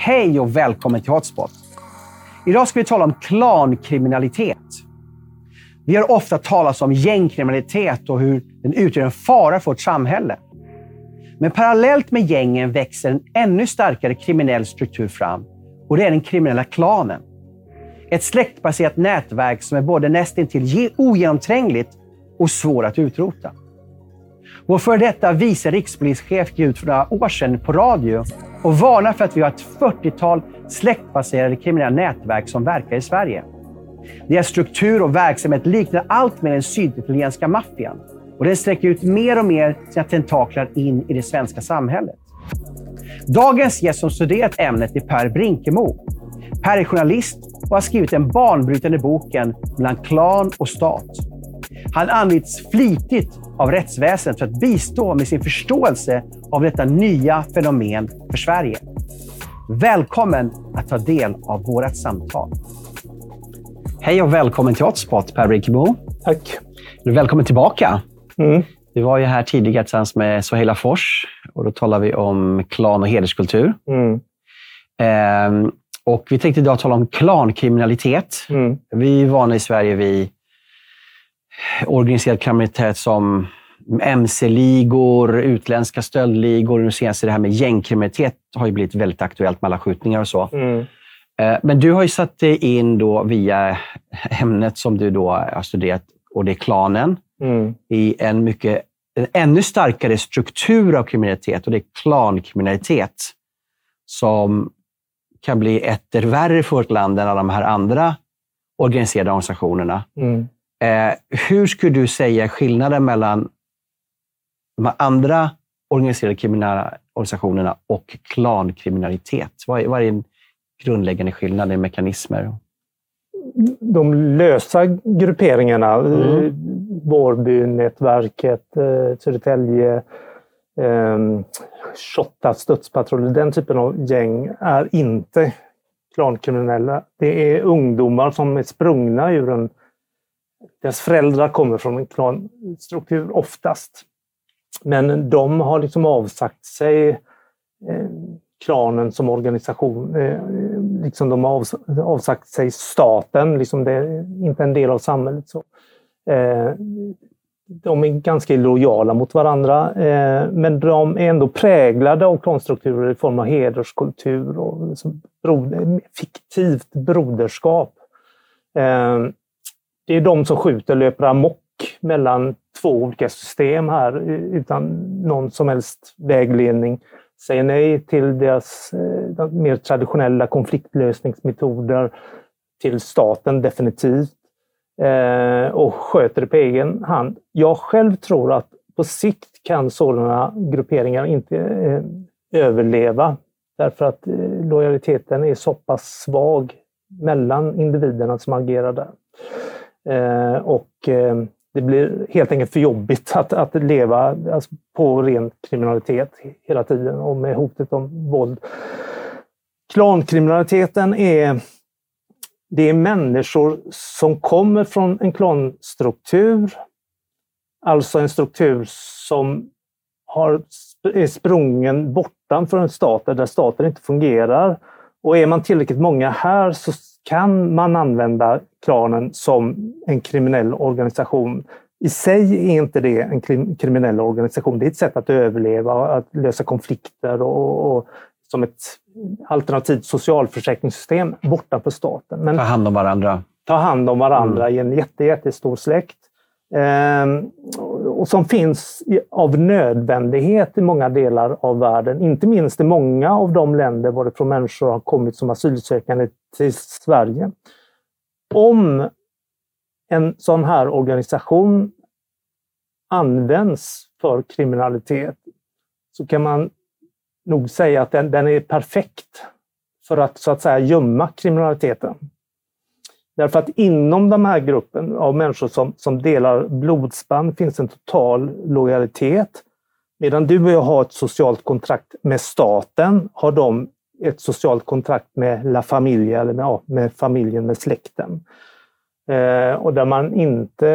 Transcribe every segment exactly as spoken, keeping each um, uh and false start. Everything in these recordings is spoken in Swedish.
Hej och välkommen till Hotspot. Idag ska vi tala om klankriminalitet. Vi har ofta talat om gängkriminalitet och hur den utgör en fara för vårt samhälle. Men parallellt med gängen växer en ännu starkare kriminell struktur fram, och det är den kriminella klanen. Ett släktbaserat nätverk som är både nästintill ogenomträngligt och svår att utrota. Vår före detta vice rikspolischef gick ut för några år sedan på radio och varnar för att vi har ett fyrtiotal släktbaserade kriminella nätverk som verkar i Sverige. Deras struktur och verksamhet liknar allt mer den syditalienska maffian, och den sträcker ut mer och mer sina tentaklar in i det svenska samhället. Dagens gäst som studerat ämnet är Per Brinkemo. Per är journalist och har skrivit den banbrytande boken Mellan klan och stat. Han anlitas flitigt av rättsväsendet för att bistå med sin förståelse av detta nya fenomen för Sverige. Välkommen att ta del av vårt samtal. Hej och välkommen till Hotspot, Per Brinkemo. Tack. Välkommen tillbaka. Mm. Vi var ju här tidigare tillsammans med Soheila Fors och då talar vi om klan- och hederskultur. Mm. Ehm, och vi tänkte idag tala om klankriminalitet. Mm. Vi är vana i Sverige vid organiserad kriminalitet som M C-ligor, utländska stöldligor. Nu senast det här med gängkriminalitet har ju blivit väldigt aktuellt med alla skjutningar och så. Mm. Men du har ju satt dig in då via ämnet som du då har studerat, och det är klanen, mm. i en mycket en ännu starkare struktur av kriminalitet, och det är klankriminalitet som kan bli etter värre för vårt land än alla de här andra organiserade organisationerna. Mm. Eh, hur skulle du säga skillnaden mellan de andra organiserade kriminella organisationerna och klankriminalitet? Vad är, vad är en grundläggande skillnad i mekanismer? De lösa grupperingarna, mm. Vårbynätverket, eh, Södertälje, eh, Shottas dödspatruller, den typen av gäng är inte klankriminella. Det är ungdomar som är sprungna ur en... Deras föräldrar kommer från en klanstruktur oftast. Men de har liksom avsagt sig eh, klanen som organisation. Eh, liksom de har avsagt sig staten. Liksom det är inte en del av samhället. Så. Eh, de är ganska lojala mot varandra. Eh, men de är ändå präglade av klanstrukturer i form av hederskultur och liksom broder, fiktivt broderskap. Eh, Det är de som skjuter löper amok mellan två olika system här utan någon som helst vägledning. Säger nej till deras eh, mer traditionella konfliktlösningsmetoder, till staten definitivt, eh, och sköter det på egen hand. Jag själv tror att på sikt kan sådana grupperingar inte eh, överleva därför att eh, lojaliteten är så pass svag mellan individerna som agerar där. Eh, och eh, det blir helt enkelt för jobbigt att, att leva alltså, på ren kriminalitet hela tiden och med hotet om våld. Klankriminaliteten är, det är människor som kommer från en klanstruktur, alltså en struktur som har, är sprungen bortanför en stat där staten inte fungerar. Och är man tillräckligt många här så kan man använda klanen som en kriminell organisation. I sig är inte det en kriminell organisation. Det är ett sätt att överleva, att lösa konflikter och, och som ett alternativt socialförsäkringssystem bortanför staten. Men ta hand om varandra. Ta hand om varandra mm. i en jätte, jättestor släkt. Ehm, och som finns av nödvändighet i många delar av världen. Inte minst i många av de länder varifrån människor har kommit som asylsökande till Sverige. Om en sån här organisation används för kriminalitet så kan man nog säga att den, den är perfekt för att så att säga gömma kriminaliteten. Därför att inom den här gruppen av människor som, som delar blodsband finns en total lojalitet. Medan du och jag har ett socialt kontrakt med staten har de ett socialt kontrakt med La Familia, eller med, ja, med familjen, med släkten. Eh, och där man inte...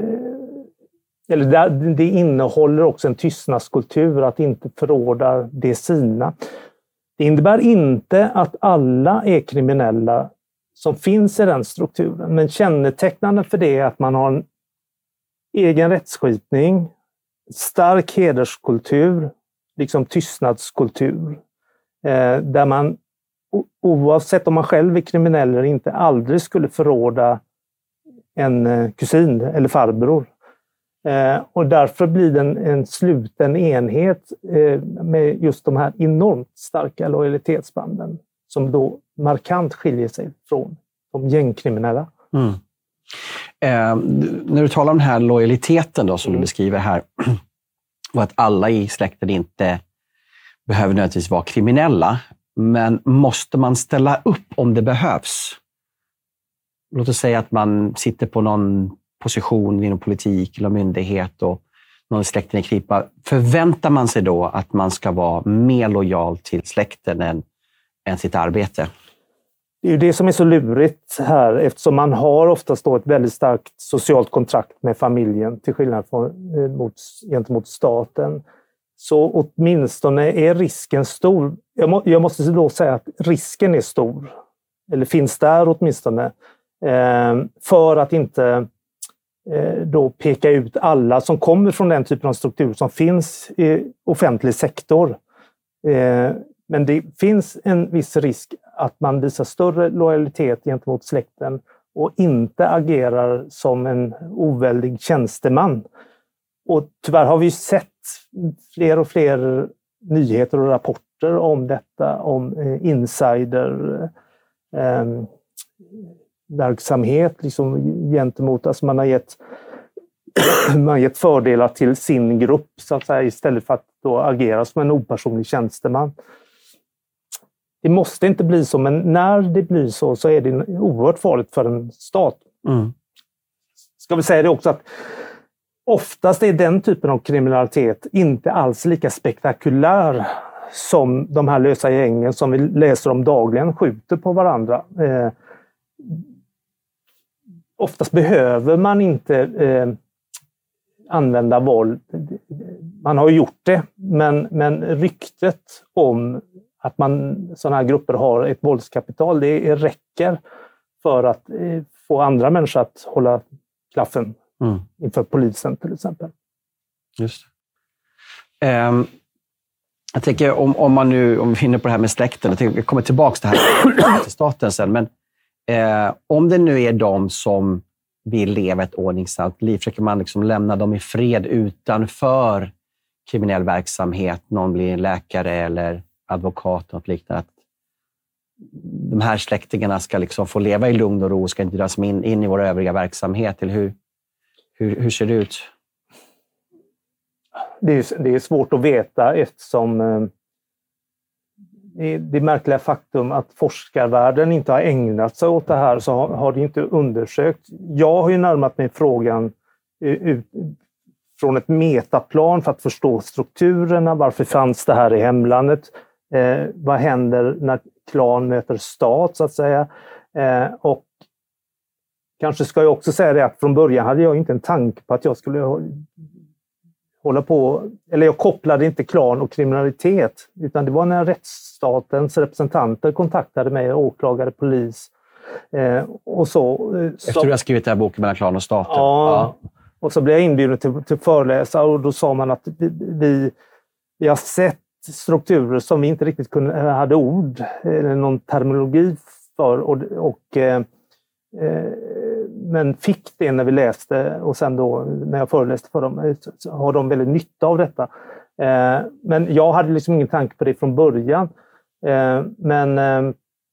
Eller där, det innehåller också en tystnadskultur att inte förråda det sina. Det innebär inte att alla är kriminella som finns i den strukturen. Men kännetecknande för det är att man har en egen rättsskipning, stark hederskultur, liksom tystnadskultur. Eh, där man oavsett om man själv är kriminell eller inte aldrig skulle förråda en eh, kusin eller farbror. Eh, och därför blir det en, en sluten enhet eh, med just de här enormt starka lojalitetsbanden som då markant skiljer sig från de gängkriminella. Mm. Eh, när du talar om den här lojaliteten då, som mm. du beskriver här, och att alla i släkten inte behöver nödvändigtvis vara kriminella, men måste man ställa upp om det behövs? Låt oss säga att man sitter på någon position inom politik eller myndighet och någon i släkten är knipa. Förväntar man sig då att man ska vara mer lojal till släkten än, än sitt arbete? Det är ju det som är så lurigt här, eftersom man har oftast då ett väldigt starkt socialt kontrakt med familjen till skillnad från, mot, gentemot staten. Så åtminstone är risken stor. Jag, må, jag måste då säga att risken är stor, eller finns där åtminstone, eh, för att inte eh, då peka ut alla som kommer från den typen av struktur som finns i offentlig sektor. Eh, men det finns en viss risk att man visar större lojalitet gentemot släkten och inte agerar som en oväldig tjänsteman. Och tyvärr har vi sett fler och fler nyheter och rapporter om detta, om eh, insider eh, verksamhet liksom, gentemot, alltså man har gett man har gett fördelar till sin grupp så att säga, istället för att då agera som en opersonlig tjänsteman. Det måste inte bli så, men när det blir så så är det oerhört farligt för en stat. Mm. Ska vi säga det också att oftast är den typen av kriminalitet inte alls lika spektakulär som de här lösa gängen som vi läser om dagligen skjuter på varandra. Eh, oftast behöver man inte eh, använda våld. Man har gjort det, men, men ryktet om att man, sådana här grupper har ett våldskapital, det räcker för att eh, få andra människor att hålla klaffen mm. inför polisen till exempel. Just det. Um, jag tänker om, om man nu, om vi finner på det här med släkten, jag, tänker, jag kommer tillbaka till det här till staten sen, men eh, om det nu är de som vill leva ett ordningsamt liv, försöker man liksom lämna dem i fred utanför kriminell verksamhet, någon blir en läkare eller advokat och liknande, att de här släktingarna ska liksom få leva i lugn och ro och ska inte dras in, in i vår övriga verksamhet, eller hur, hur, hur ser det ut? Det är, det är svårt att veta eftersom eh, det, det märkliga faktum att forskarvärlden inte har ägnat sig åt det här, så har, har det inte undersökt. Jag har ju närmat mig frågan eh, ut, från ett metaplan för att förstå strukturerna. Varför fanns det här i hemlandet? Eh, vad händer när klan möter stat så att säga? Eh, och kanske ska jag också säga det att från början hade jag inte en tanke på att jag skulle hålla på, eller jag kopplade inte klan och kriminalitet, utan det var när rättsstatens representanter kontaktade mig, åklagare, polis eh, och så. Efter så, du har skrivit den här boken mellan klan och staten? Ja, ja. Och så blev jag inbjuden till, till föreläsare och då sa man att vi, vi har sett strukturer som vi inte riktigt kunde, hade ord eller någon terminologi för och, och eh, men fick det när vi läste, och sen då när jag föreläste för dem så har de väldigt nytta av detta. Eh, men jag hade liksom ingen tanke på det från början. Eh, men eh,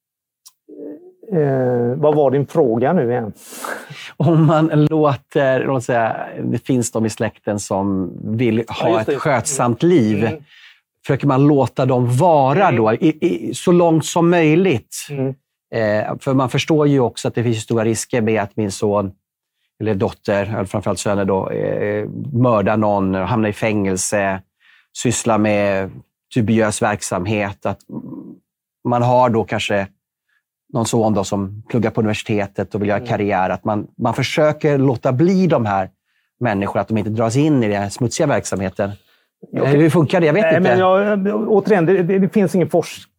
eh, vad var din fråga nu igen? Om man låter, låt säga, det finns de i släkten som vill ha ja, ett skötsamt liv. Mm. Försöker man låta dem vara då i, i, så långt som möjligt? Mm. Eh, för man förstår ju också att det finns stora risker med att min son eller dotter, eller framförallt söner då, eh, mördar någon, hamnar i fängelse, sysslar med dubiös verksamhet. Att man har då kanske någon son då som pluggar på universitetet och vill göra karriär. Att man, man försöker låta bli de här människorna, att de inte dras in i den här smutsiga verksamheten. Okay. Hur funkar det? Jag vet Nej, inte. Men jag, återigen, det, det, det finns ingen forskning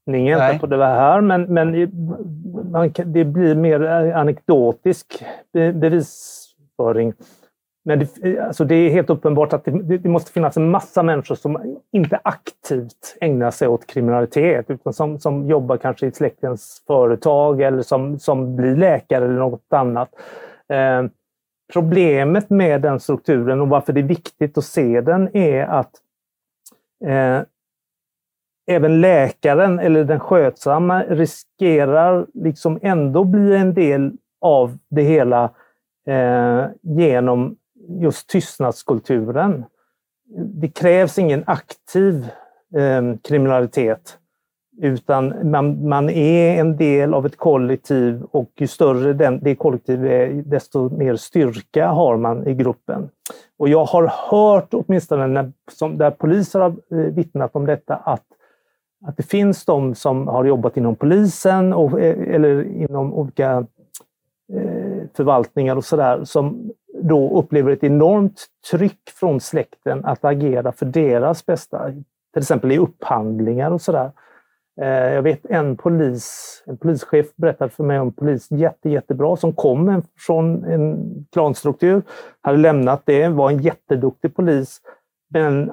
forskningen Nej. på det här, men, men man, det blir mer anekdotisk bevisföring. Men det, alltså det är helt uppenbart att det, det måste finnas en massa människor som inte aktivt ägnar sig åt kriminalitet, utan som, som jobbar kanske i släktens företag eller som, som blir läkare eller något annat. Eh, problemet med den strukturen och varför det är viktigt att se den är att eh, även läkaren eller den skötsamma riskerar liksom ändå bli en del av det hela eh, genom just tystnadskulturen. Det krävs ingen aktiv eh, kriminalitet, utan man, man är en del av ett kollektiv, och ju större den, det kollektivet är, desto mer styrka har man i gruppen. Och jag har hört, åtminstone när, som, där poliser har eh, vittnat om detta, att, att det finns de som har jobbat inom polisen och, eller inom olika eh, förvaltningar och sådär, som då upplever ett enormt tryck från släkten att agera för deras bästa. Till exempel i upphandlingar och sådär. Jag vet en polis, en polischef berättade för mig om en polis jätte, jättebra som kom från en klanstruktur, hade lämnat det, var en jätteduktig polis, men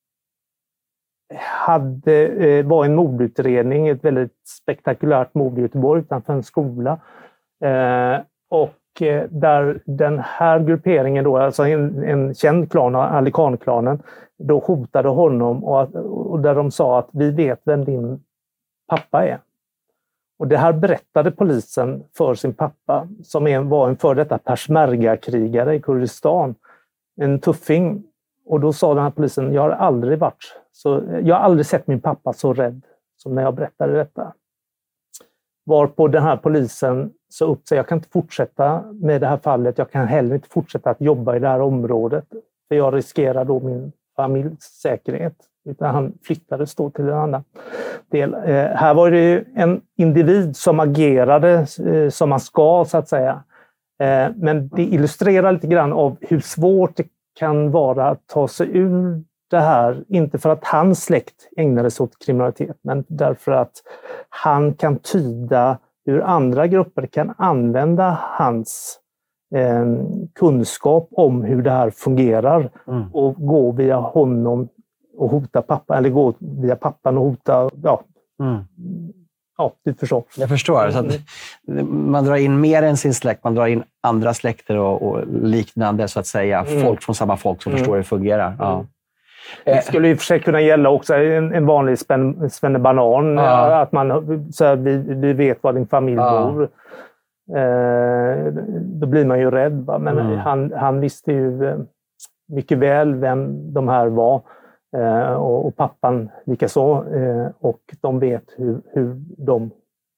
hade, var en mordutredning, ett väldigt spektakulärt mord i Göteborg utanför en skola. Och där den här grupperingen då, alltså en, en känd klan, Ali Khan-klanen, då hotade honom, och, och där de sa att vi vet vem din pappa är. Och det här berättade polisen för sin pappa, som är, var en för detta persmerga-krigare i Kurdistan. En tuffing. Och då sa den här polisen, jag har aldrig varit så, jag har aldrig sett min pappa så rädd som när jag berättade detta. Varpå den här polisen sa upp sig, jag kan inte fortsätta med det här fallet, jag kan heller inte fortsätta att jobba i det här området, för jag riskerar då min familjs säkerhet. Utan han flyttades då till en annan del. Eh, här var det ju en individ som agerade eh, som man ska, så att säga. Eh, men det illustrerar lite grann av hur svårt det kan vara att ta sig ur det här. Inte för att hans släkt ägnade sig åt kriminalitet, men därför att han kan tyda hur andra grupper kan använda hans eh, kunskap om hur det här fungerar mm. och gå via honom och hota pappa, eller gå via pappan och hota, ja, mm. ja du förstår. Jag förstår. Så att man drar in mer än sin släkt, man drar in andra släkter och, och liknande, så att säga. Mm. Folk från samma folk som mm. förstår hur det fungerar. Ja. Mm. Det skulle i och för sig kunna gälla också en, en vanlig spän, svennebanan, ja. Att man, så här, vi, vi vet var din familj ja. bor. Eh, då blir man ju rädd. Va? Men mm. han, han visste ju mycket väl vem de här var. Eh, och, och pappan likaså. Eh, och de vet hur, hur de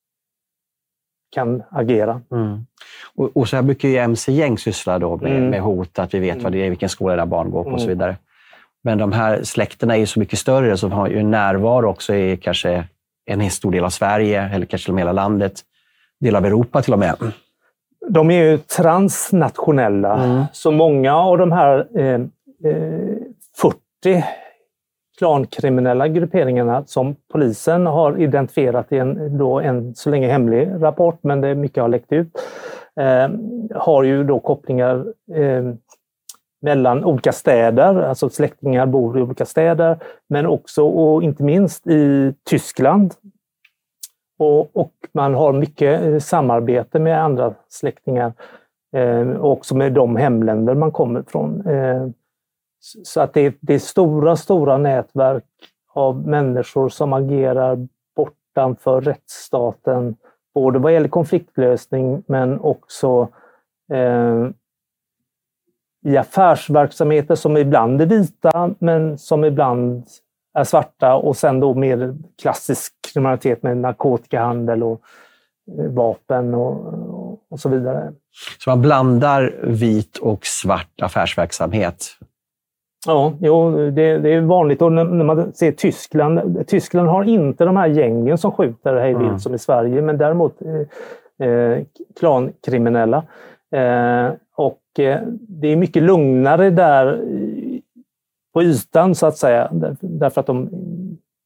kan agera. Mm. Och, och så här brukar ju M C-gäng syssla då med, mm. med hot, att vi vet mm. vad det är, vilken skola där barn går på mm. och så vidare. Men de här släkterna är ju så mycket större, så har ju en närvaro också i kanske en stor del av Sverige, eller kanske till hela landet, del av Europa till och med. De är ju transnationella, mm. så många av de här eh, eh, fyrtio klankriminella grupperingarna som polisen har identifierat i en, då en så länge hemlig rapport, men det mycket har läckt ut, eh, har ju då kopplingar eh, mellan olika städer, alltså släktingar bor i olika städer, men också och inte minst i Tyskland. Och, och man har mycket samarbete med andra släktingar, eh, också med de hemländer man kommer från. Eh, så att det, det är stora, stora nätverk av människor som agerar bortanför rättsstaten, både vad gäller konfliktlösning men också eh, i affärsverksamheter som ibland är vita men som ibland är svarta, och sen då mer klassisk kriminalitet med narkotikahandel och vapen och, och så vidare. Så man blandar vit och svart affärsverksamhet? Ja, jo, det, det är vanligt. Och när, när man ser Tyskland, Tyskland har inte de här gängen som skjuter hej vilt mm. som i Sverige, men däremot eh, klankriminella. Eh, och eh, det är mycket lugnare där på ytan, så att säga, därför att de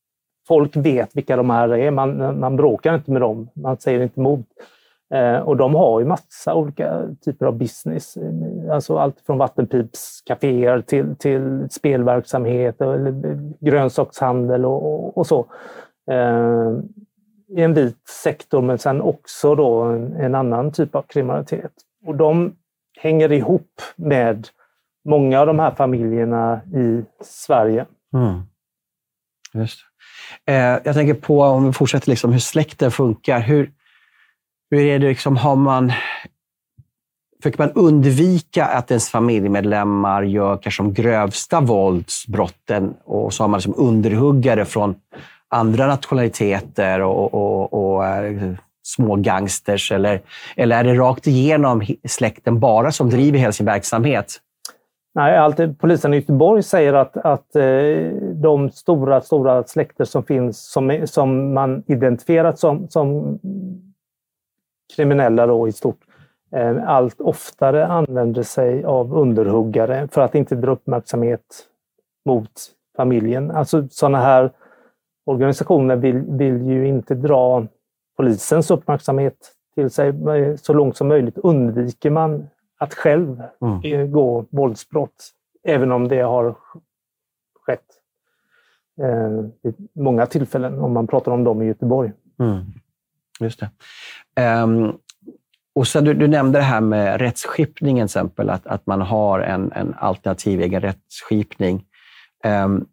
folk vet vilka de här är. Man, man bråkar inte med dem. Man säger inte emot. Eh, och de har ju massa olika typer av business. Alltså allt från vattenpipscaféer till, till spelverksamhet eller grönsakshandel och, och, och så. Eh, I en vit sektor, men sen också då en, en annan typ av kriminalitet. Och de hänger ihop med många av de här familjerna i Sverige. Mm. Just det. Eh, jag tänker på, om vi fortsätter, liksom, hur släkten funkar. Hur, hur är det, liksom, har man... Försöker man undvika att ens familjemedlemmar gör kanske de grövsta våldsbrotten, och så har man liksom underhuggare från andra nationaliteter och, och, och, och små gangsters, eller, eller är det rakt igenom släkten bara som driver hela sin verksamhet? Nej, alltid, polisen i Göteborg säger att, att eh, de stora, stora släkter som finns, som, som man identifierat som, som kriminella då i stort, eh, allt oftare använder sig av underhuggare för att inte dra uppmärksamhet mot familjen. Alltså sådana här organisationer vill, vill ju inte dra polisens uppmärksamhet till sig. Så långt som möjligt undviker man att själv mm. gå våldsbrott, även om det har skett eh, i många tillfällen, om man pratar om dem i Göteborg. Mm. Just det. Um, och så du, du nämnde det här med rättsskipningen, till exempel, att, att man har en, en alternativ egen rättsskipning. Um,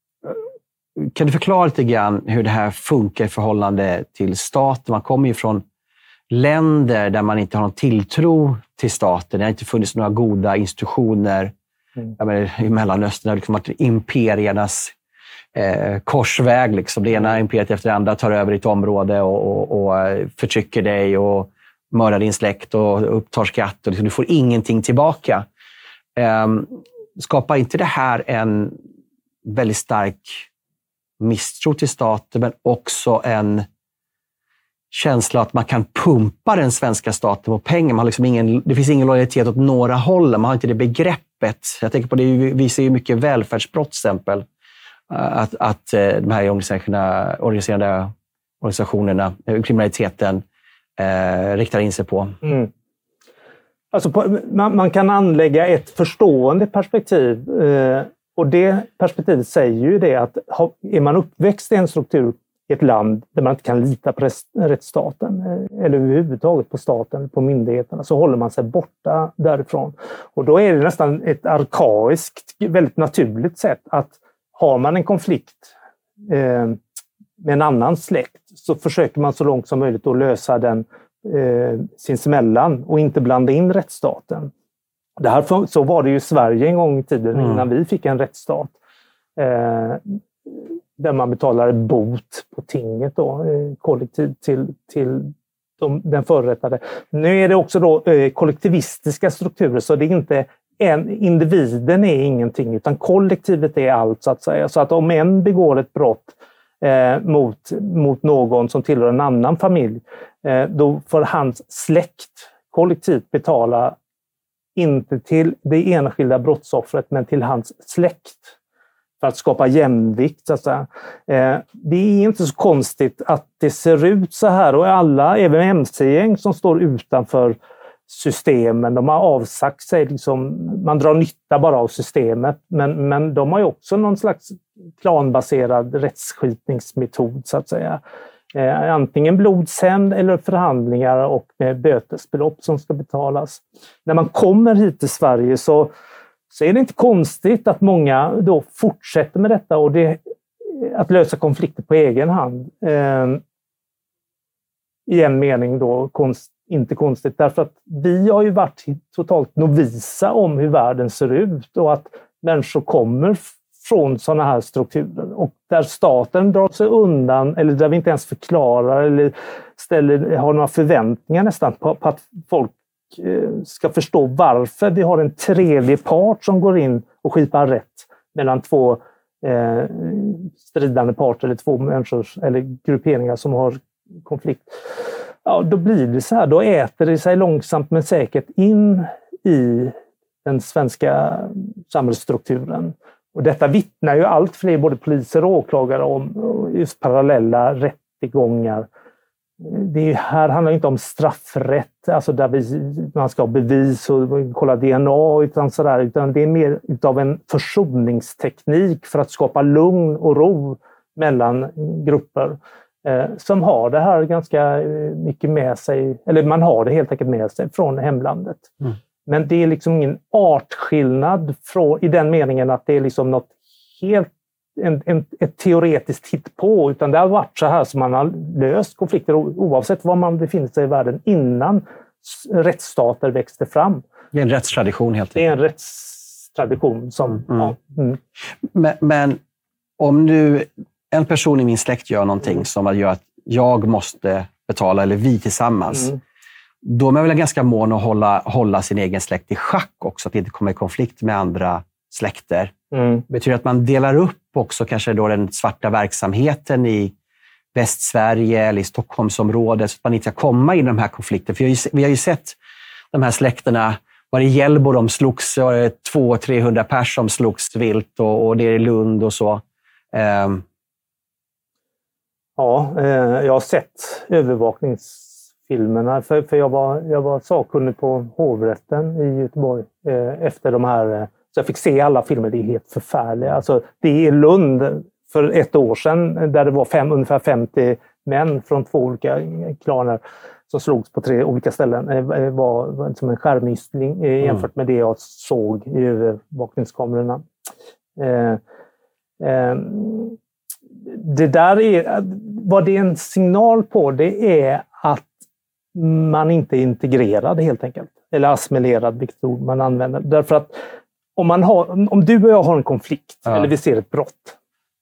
Kan du förklara lite grann hur det här funkar i förhållande till staten? Man kommer ju från länder där man inte har någon tilltro till staten. Det har inte funnits några goda institutioner. Mm. Jag menar, i Mellanöstern har det liksom varit imperiernas eh, korsväg. Liksom. Det ena imperiet efter det andra tar över ditt område och, och, och förtrycker dig och mördar din släkt och upptar skatt. Och liksom, du får ingenting tillbaka. Eh, skapar inte det här en väldigt stark misstro till staten, men också en känsla att man kan pumpa den svenska staten på pengar? Man har liksom ingen, det finns ingen lojalitet åt några håll. Man har inte det begreppet. Jag tänker på det, vi ser ju mycket välfärdsbrott, till exempel. Att, att de här organisationerna, organiserade organisationerna, kriminaliteten eh, riktar in sig på. Mm. Alltså på, man, man kan anlägga ett förstående perspektiv. Eh, och det perspektivet säger ju det att ha, är man uppväxt i en struktur i ett land där man inte kan lita på rättsstaten eller överhuvudtaget på staten, på myndigheterna, så håller man sig borta därifrån. Och då är det nästan ett arkaiskt, väldigt naturligt sätt att har man en konflikt eh, med en annan släkt, så försöker man så långt som möjligt att lösa den eh, sinsemellan och inte blanda in rättsstaten. Det här, så var det ju i Sverige en gång i tiden mm. innan vi fick en rättsstat. Eh, där man betalar bot på tinget då, eh, kollektivt till, till de, den förrättade. Nu är det också då eh, kollektivistiska strukturer, så det är inte en, individen är ingenting, utan kollektivet är allt, så att säga. Så att om en begår ett brott eh, mot, mot någon som tillhör en annan familj, eh, då får hans släkt kollektivt betala inte till det enskilda brottsoffret, men till hans släkt, för att skapa jämvikt, så att säga. Eh, det är inte så konstigt att det ser ut så här, och alla, även M C-gäng som står utanför systemen, de har avsagt sig, liksom, man drar nytta bara av systemet, men, men de har ju också någon slags klanbaserad rättsskipningsmetod, så att säga. Eh, antingen blodshämnd eller förhandlingar och med bötesbelopp som ska betalas. När man kommer hit till Sverige så, så är det inte konstigt att många då fortsätter med detta, och det, att lösa konflikter på egen hand. Eh, I en mening då konst, inte konstigt, därför att vi har ju varit totalt novisa om hur världen ser ut, och att människor kommer från sådana här strukturer, och där staten drar sig undan, eller där vi inte ens förklarar eller ställer, har några förväntningar nästan på, på att folk eh, ska förstå varför vi har en tredje part som går in och skipar rätt mellan två eh, stridande parter, eller två människor eller grupperingar som har konflikt. Ja, då blir det så här, då äter det sig långsamt men säkert in i den svenska samhällsstrukturen. Och detta vittnar ju allt fler både poliser och åklagare om, just parallella rättegångar. Det är, här handlar det inte om straffrätt, alltså där vi, man ska ha bevis och kolla D N A utan, sådär, utan det är mer utav en försoningsteknik för att skapa lugn och ro mellan grupper eh, som har det här ganska mycket med sig, eller man har det helt enkelt med sig från hemlandet. Mm. Men det är liksom ingen artskillnad från, i den meningen att det är liksom något helt En, en, ett teoretiskt hittpå, utan det har varit så här som man har löst konflikter oavsett var man befinner sig i världen innan rättsstater växte fram. Det är en rättstradition helt enkelt. Det är en rättstradition som... Mm. Ja, mm. men, men om nu en person i min släkt gör någonting mm. som gör att jag måste betala, eller vi tillsammans, mm. då är man väl ganska mån att hålla, hålla sin egen släkt i schack också, att det inte kommer i konflikt med andra släkter. Mm. Betyder att man delar upp också kanske då den svarta verksamheten i Västsverige eller i Stockholmsområdet så att man inte ska komma in i de här konflikterna. För vi har ju, vi har ju sett de här släkterna, var det i Hjällbo de slogs, var det tvåhundra till trehundra pers som slogs vilt och, och det är i Lund och så. Um. Ja, eh, jag har sett övervakningsfilmerna för, för jag var, jag var sakkunnig på hovrätten i Göteborg eh, efter de här. Eh, Så jag fick se alla filmer, det är helt förfärligt. Alltså, det är Lund för ett år sedan där det var fem, ungefär femtio män från två olika klaner som slogs på tre olika ställen. Det var, var som en skärmyssling jämfört med det jag såg i övervakningskamerorna. Eh, eh, det där är, vad det är en signal på, det är att man inte är integrerad helt enkelt. Eller assimilerad, vilket ord man använder. Därför att Om, man har, om du och jag har en konflikt, ja. eller vi ser ett brott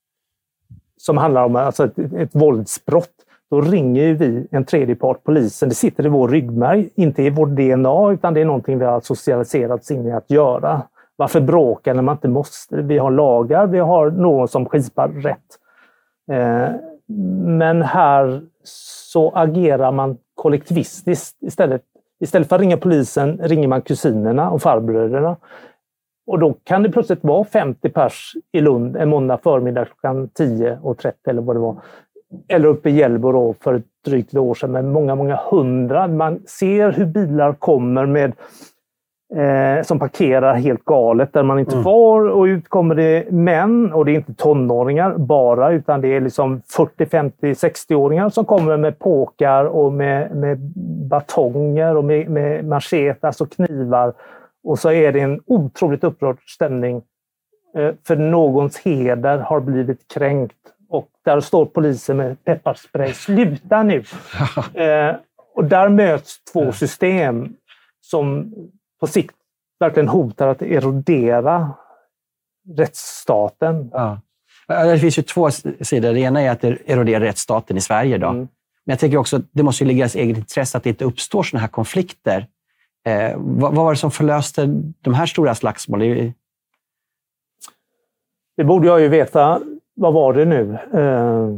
som handlar om alltså ett, ett våldsbrott, då ringer vi en tredje part, polisen. Det sitter i vår ryggmärg, inte i vårt D N A, utan det är någonting vi har socialiserats in i att göra. Varför bråka när man inte måste? Vi har lagar, vi har någon som skipar rätt. Eh, men här så agerar man kollektivistiskt istället. Istället för att ringa polisen ringer man kusinerna och farbröderna. Och då kan det plötsligt vara femtio pers i Lund en måndag förmiddag klockan tio och trettio eller vad det var. Eller uppe i Hjällbo då för ett drygt ett år sedan med många, många hundra. Man ser hur bilar kommer med eh, som parkerar helt galet där man inte mm. får. Och ut kommer det män, och det är inte tonåringar bara, utan det är liksom fyrtio, femtio, sextio-åringar som kommer med påkar och med, med batonger och med, med machetas och knivar. Och så är det en otroligt upprörd stämning eh, för någons heder har blivit kränkt. Och där står polisen med pepparspray. Sluta nu! Eh, och där möts två system som på sikt verkligen hotar att erodera rättsstaten. Ja. Det finns ju två sidor. Det ena är att det eroderar rättsstaten i Sverige. Då. Mm. Men jag tänker också att det måste ju ligga i eget intresse att det inte uppstår sådana här konflikter. Eh, vad, vad var det som förlöste de här stora slagsmålen? Det borde jag ju veta. Vad var det nu? Eh,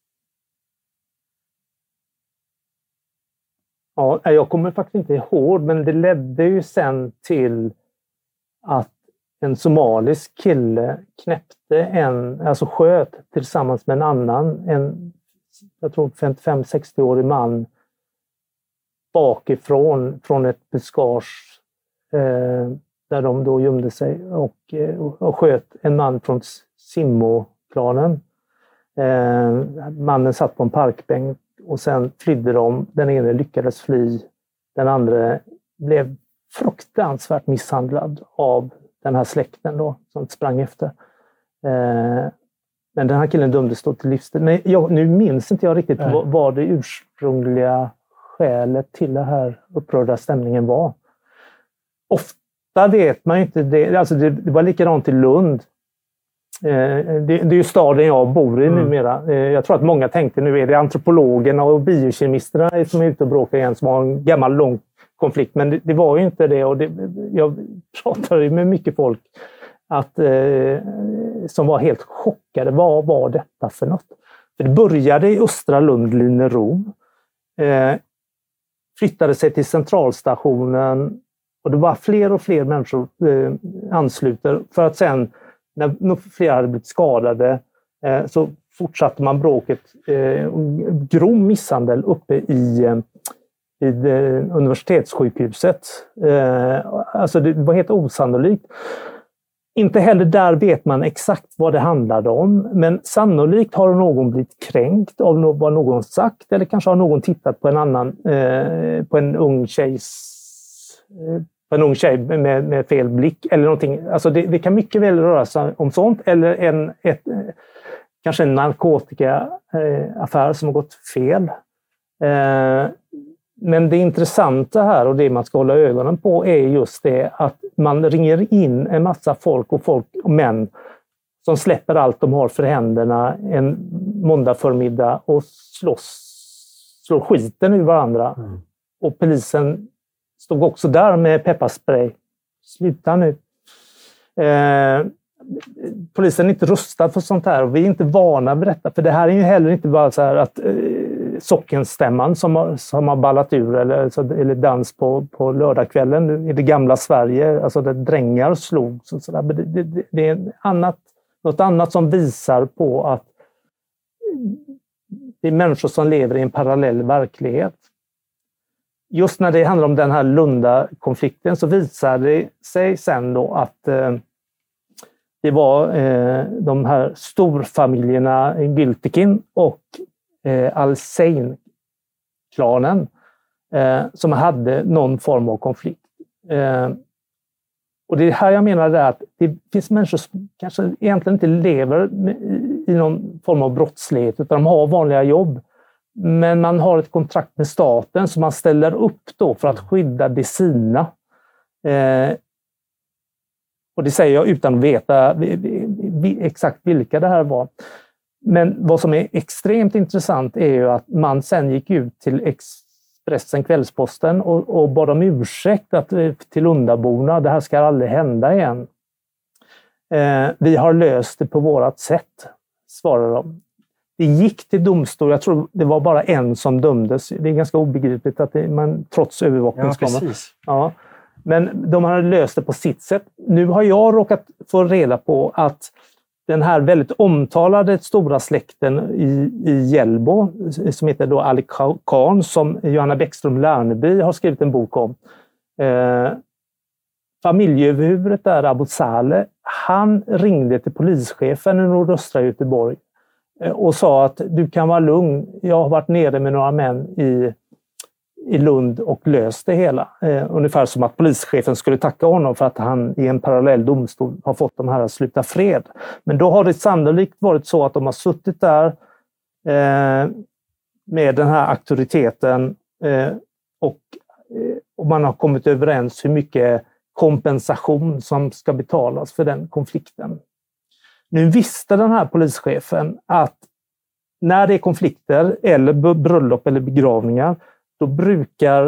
ja, jag kommer faktiskt inte ihåg, men det ledde ju sen till att en somalisk kille knäppte en, alltså sköt tillsammans med en annan, en jag tror femtiofem sextio-årig man bakifrån från ett buskage eh, där de då gömde sig och, och, och sköt en man från Simmo-klanen. Eh, mannen satt på en parkbänk och sen flydde de. Den ene lyckades fly. Den andra blev fruktansvärt misshandlad av den här släkten då, som sprang efter. Eh, men den här killen dömdes då till livstid. Men jag, nu minns inte jag riktigt vad, vad det ursprungliga skälet till den här upprörda stämningen var. Ofta vet man ju inte det. Alltså det, det var likadant i Lund. Eh, det, det är ju staden jag bor i mm. numera. Eh, jag tror att många tänkte nu är det antropologerna och biokemisterna som är ute och bråkar igen som har en gammal lång konflikt. Men det, det var ju inte det. Och det, jag pratade med mycket folk att, eh, som var helt chockade. Vad var detta för något? För det började i Östra Lund, Linero. Eh, flyttade sig till centralstationen och det var fler och fler människor eh, ansluter för att sen när flera hade blivit skadade eh, så fortsatte man bråket. Eh, grov misshandel uppe i, eh, i universitetssjukhuset. Eh, alltså det var helt osannolikt. Inte heller där vet man exakt vad det handlade om, men sannolikt har någon blivit kränkt av vad någon sagt, eller kanske har någon tittat på en annan, eh, på en ung tjejs, eh, på en ung tjej med, med fel blick eller någonting. Alltså det, det kan mycket väl röra sig om sånt, eller en, ett, kanske en narkotikaaffär eh, som har gått fel. Eh, Men det intressanta här och det man ska hålla ögonen på är just det att man ringer in en massa folk och folk och män som släpper allt de har för händerna en måndag förmiddag och slåss, slår skiten ur varandra. Mm. Och polisen stod också där med pepparspray. Sluta nu. Eh, polisen är inte rustad för sånt här och vi är inte vana vid detta. För det här är ju heller inte bara så här att eh, sockenstämman som har, som har ballat ur eller, eller dans på, på lördagskvällen i det gamla Sverige, alltså där drängar slog. Så, så där. Det, det, det är annat, något annat som visar på att det är människor som lever i en parallell verklighet. Just när det handlar om den här Lunda-konflikten så visar det sig sen då att eh, det var eh, de här storfamiljerna Gültekin och eh, Al-Sein-klanen eh, som hade någon form av konflikt. Eh, och det är här jag menar det att det finns människor som kanske egentligen inte lever i, i någon form av brottslighet utan de har vanliga jobb. Men man har ett kontrakt med staten som man ställer upp då för att skydda det sina. Eh, och det säger jag utan att veta exakt vilka det här var. Men vad som är extremt intressant är ju att man sen gick ut till Expressen, Kvällsposten och, och bad om ursäkt att, till Lundaborna. Det här ska aldrig hända igen. Eh, vi har löst det på vårat sätt, svarar de. Det gick till domstol. Jag tror det var bara en som dömdes. Det är ganska obegripligt att det, man trots övervakningskameror. Ja, ja. Men de har löst det på sitt sätt. Nu har jag råkat få reda på att den här väldigt omtalade stora släkten i, i Hjällbo som heter då Ali Khan, som Johanna Bäckström Lärneby har skrivit en bok om. Eh, familjeöverhuvudet där, Abu Saleh, han ringde till polischefen i nordöstra Göteborg och sa att du kan vara lugn. Jag har varit nere med några män i, i Lund och löst det hela. Eh, ungefär som att polischefen skulle tacka honom för att han i en parallell domstol har fått de här att sluta fred. Men då har det sannolikt varit så att de har suttit där eh, med den här auktoriteten eh, och, eh, och man har kommit överens hur mycket kompensation som ska betalas för den konflikten. Nu visste den här polischefen att när det är konflikter eller bröllop eller begravningar, då brukar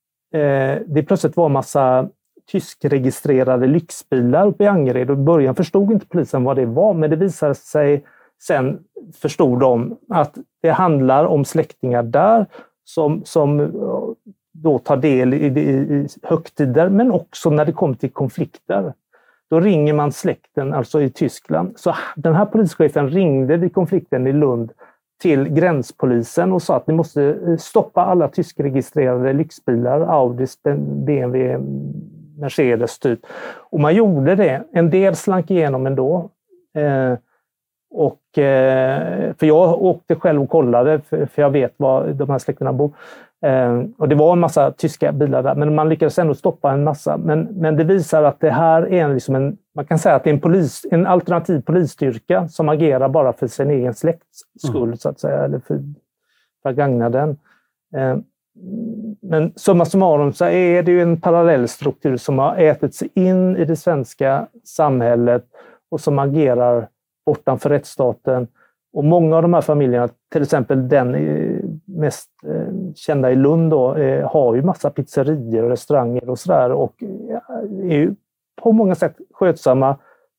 eh, det plötsligt vara en massa tyskregistrerade lyxbilar uppe i Angered. Och i början förstod inte polisen vad det var, men det visade sig sen förstod de att det handlar om släktingar där som, som då tar del i, i, i högtider, men också när det kommer till konflikter. Då ringer man släkten, alltså i Tyskland. Så den här polischefen ringde vid konflikten i Lund till gränspolisen och sa att ni måste stoppa alla tyskregistrerade lyxbilar, Audi, B M W, Mercedes typ. Och man gjorde det. En del slank igenom ändå. Eh, och, eh, för jag åkte själv och kollade, för, för jag vet var de här släkterna bor. Eh, och det var en massa tyska bilar där, men man lyckades ändå stoppa en massa. Men, men det visar att det här är en, liksom en, man kan säga att det är en, polis, en alternativ polisstyrka som agerar bara för sin egen släkts skull, mm. så att säga, eller för, för att gagna den. Eh, men summa summarum så är det ju en parallell struktur som har ätit sig in i det svenska samhället och som agerar bortanför rättsstaten. Och många av de här familjerna, till exempel den mest kända i Lund då, har ju massa pizzerior och restauranger och sådär och är ju på många sätt skötsamma,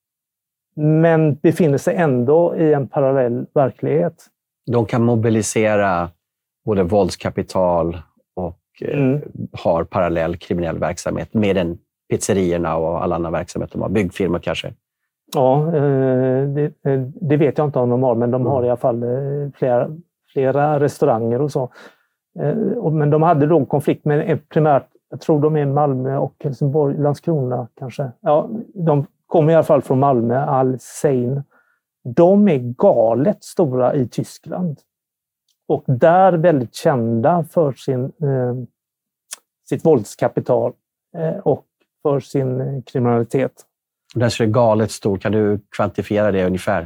men befinner sig ändå i en parallell verklighet. De kan mobilisera både våldskapital och mm. har parallell kriminell verksamhet med den pizzerierna och alla andra verksamheter de har, byggfirmor kanske. Ja, det, det vet jag inte om de har, men de har i alla fall flera, flera restauranger och så. Men de hade då konflikt med primärt, jag tror de är Malmö och Helsingborg, Landskrona kanske. Ja, de kommer i alla fall från Malmö, Al-Sein. De är galet stora i Tyskland. Och där väldigt kända för sin, eh, sitt våldskapital eh, och för sin kriminalitet. Den är galet stor. Kan du kvantifiera det ungefär?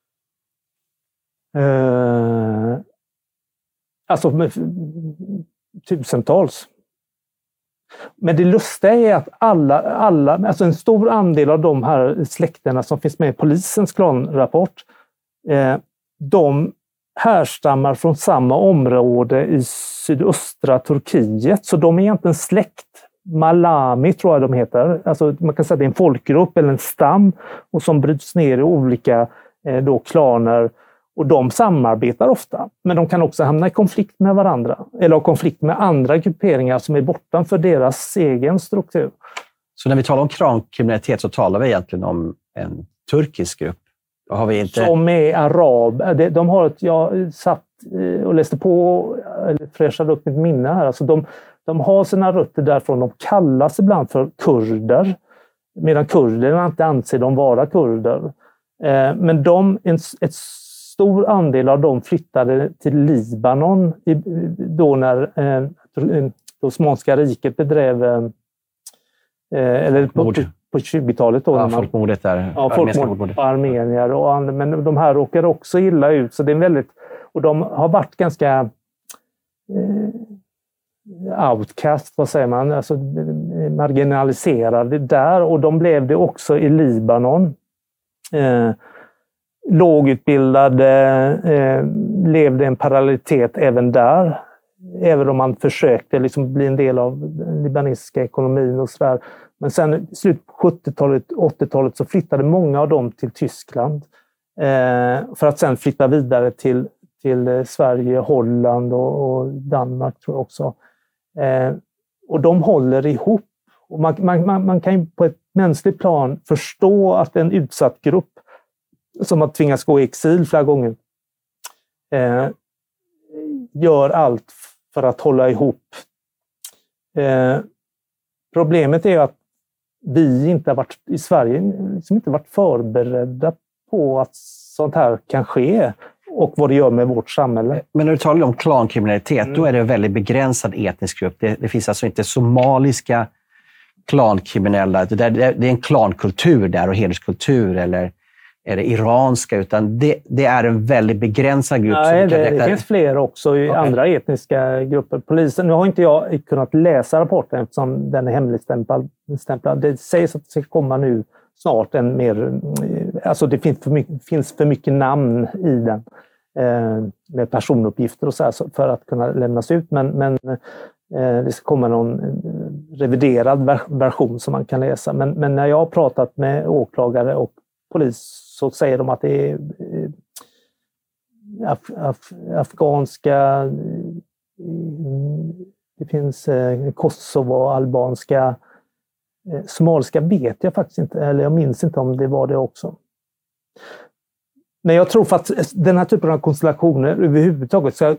Eh, alltså med, tusentals. Men det lustiga är att alla, alla, alltså en stor andel av de här släkterna som finns med i polisens klanrapport, eh, de härstammar från samma område i sydöstra Turkiet. Så de är egentligen släkt. Malami tror jag de heter. Alltså man kan säga att det är en folkgrupp eller en stam och som bryts ner i olika eh, då, klaner. Och de samarbetar ofta. Men de kan också hamna i konflikt med varandra. Eller ha konflikt med andra grupperingar som är bortanför deras egen struktur. Så när vi talar om klankriminalitet så talar vi egentligen om en turkisk grupp? Har vi inte... Som är arab. De har ett, jag satt och läste på, eller fräschade upp mitt minne här. Alltså de, de har sina rötter därifrån. De kallas ibland för kurder. Medan kurderna inte anser dem vara kurder. Men de, en, ett stor andel av dem flyttade till Libanon då när det Osmanska riket bedrev eller på, på tjugotalet. Då, ja, folkmordet där. Ja, folkmord på armenier. Och, men de här råkar också illa ut. Så det är väldigt, och de har varit ganska eh, outcast, vad säger man? Alltså marginaliserade där. Och de blev det också i Libanon. Eh, lågutbildade, eh, levde en parallellitet även där. Även om man försökte liksom bli en del av den libanesiska ekonomin och sådär. Men sen i slutet på sjuttiotalet, åttiotalet så flyttade många av dem till Tyskland. Eh, för att sen flytta vidare till, till Sverige, Holland och, och Danmark tror jag också. Eh, och de håller ihop. Och man, man, man kan ju på ett mänskligt plan förstå att en utsatt grupp som har tvingats gå i exil flera gånger eh, gör allt för att hålla ihop. Eh, problemet är att vi inte har varit i Sverige liksom inte varit förberedda på att sånt här kan ske och vad det gör med vårt samhälle. Men när du talar om klankriminalitet, mm. då är det en väldigt begränsad etnisk grupp. Det, det finns alltså inte somaliska klankriminella. Det, det, det är en klankultur där och hederskultur eller är det iranska, utan det, det är en väldigt begränsad grupp. Nej, det, det finns fler också i okay. andra etniska grupper. Polisen, nu har inte jag kunnat läsa rapporten eftersom den är hemligstämplad. Det sägs att det ska komma nu snart en mer... Alltså det finns för mycket, finns för mycket namn i den eh, med personuppgifter och så här för att kunna lämnas ut. Men, men eh, det ska komma någon reviderad version som man kan läsa. Men, men när jag har pratat med åklagare och polis så säger de att det är af, af, afghanska, det finns eh, kosovo-albanska, eh, somaliska vet jag faktiskt inte, eller jag minns inte om det var det också. Men jag tror för att den här typen av konstellationer överhuvudtaget ska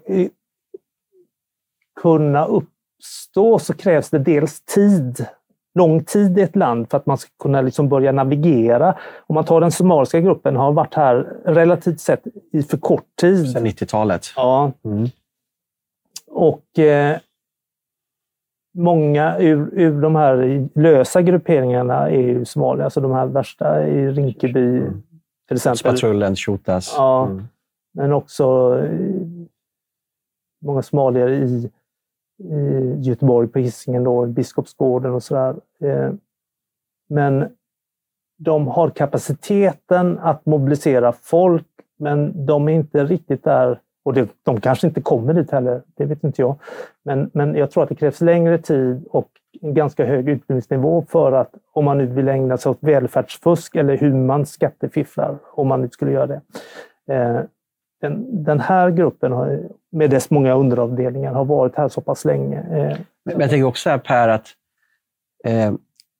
kunna uppstå så krävs det dels tid. Lång tid i ett land för att man ska kunna liksom börja navigera. Om man tar den somaliska gruppen har varit här relativt sett i för kort tid. Sedan nittiotalet. Ja. Mm. Och eh, många ur, ur de här lösa grupperingarna är ju somalier. Alltså de här värsta i Rinkeby mm. till exempel. Patrullen, Shotas. Ja, mm. Men också många somalier i i Göteborg på Hisingen då, Biskopsgården och sådär. Men de har kapaciteten att mobilisera folk, men de är inte riktigt där, och det, de kanske inte kommer dit heller, det vet inte jag. Men, men jag tror att det krävs längre tid och en ganska hög utbildningsnivå för att, om man nu vill ägna sig åt välfärdsfusk eller hur man skattefifflar, om man nu skulle göra det. Den, den här gruppen har, med dess många underavdelningar har varit här så pass länge. Men jag tänker också här, Per, att eh,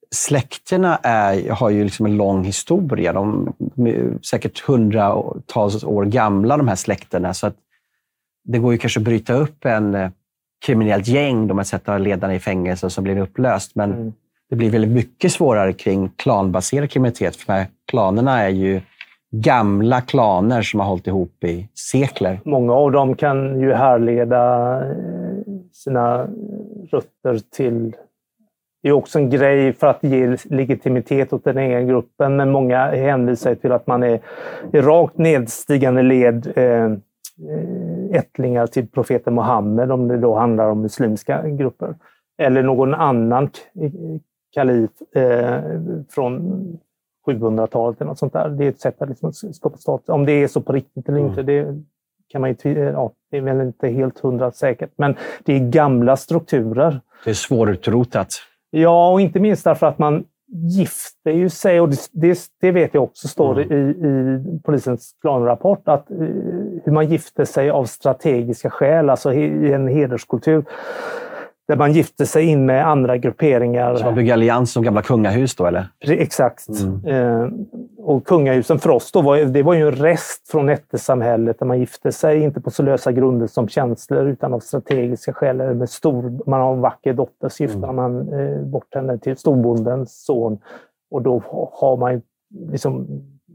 släkterna är, har ju liksom en lång historia. De är säkert hundratals år gamla, de här släkterna. Så att det går ju kanske att bryta upp en kriminellt gäng, de har sätter ledarna i fängelse som blir upplöst. Men mm. det blir väldigt mycket svårare kring klanbaserad kriminalitet. För de här klanerna är ju gamla klaner som har hållit ihop i sekler. Många av dem kan ju härleda sina rötter till... Det är också en grej för att ge legitimitet åt den egna gruppen. Men många hänvisar till att man är i rakt nedstigande led eh, ättlingar till profeten Muhammed, om det då handlar om muslimska grupper. Eller någon annan kalif eh, från sjuhundratalet eller något sånt där. Det är ett sätt att liksom skapa stat. Om det är så på riktigt eller inte, det kan man ju, ja, det är väl inte helt hundra säkert. Men det är gamla strukturer. Det är svårutrotat. Ja, och inte minst därför att man gifter ju sig, och det, det, det vet jag också står mm. i, i polisens klanrapport, att uh, hur man gifter sig av strategiska skäl, alltså i en hederskultur. Där man gifter sig in med andra grupperingar. Så man bygger allians som gamla kungahus då, eller? Exakt. Mm. Eh, och kungahusen för oss då, var, det var ju en rest från ättesamhället där man gifte sig, inte på så lösa grunder som känslor, utan av strategiska skäl. Med stor, man har en vacker dotter, så gifter mm. man eh, bort henne till storbondens son. Och då har man ju liksom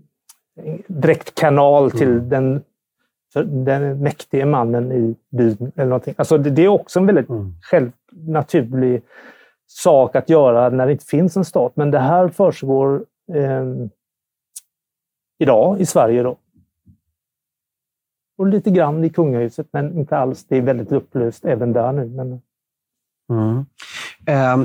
direkt kanal till mm. den... För den mäktiga mannen i byn eller någonting. Alltså det, det är också en väldigt mm. självnaturlig sak att göra när det inte finns en stat. Men det här försiggår eh, idag i Sverige då. Och lite grann i kungahuset, men inte alls. Det är väldigt upplöst även där nu. Men... Mm. Um,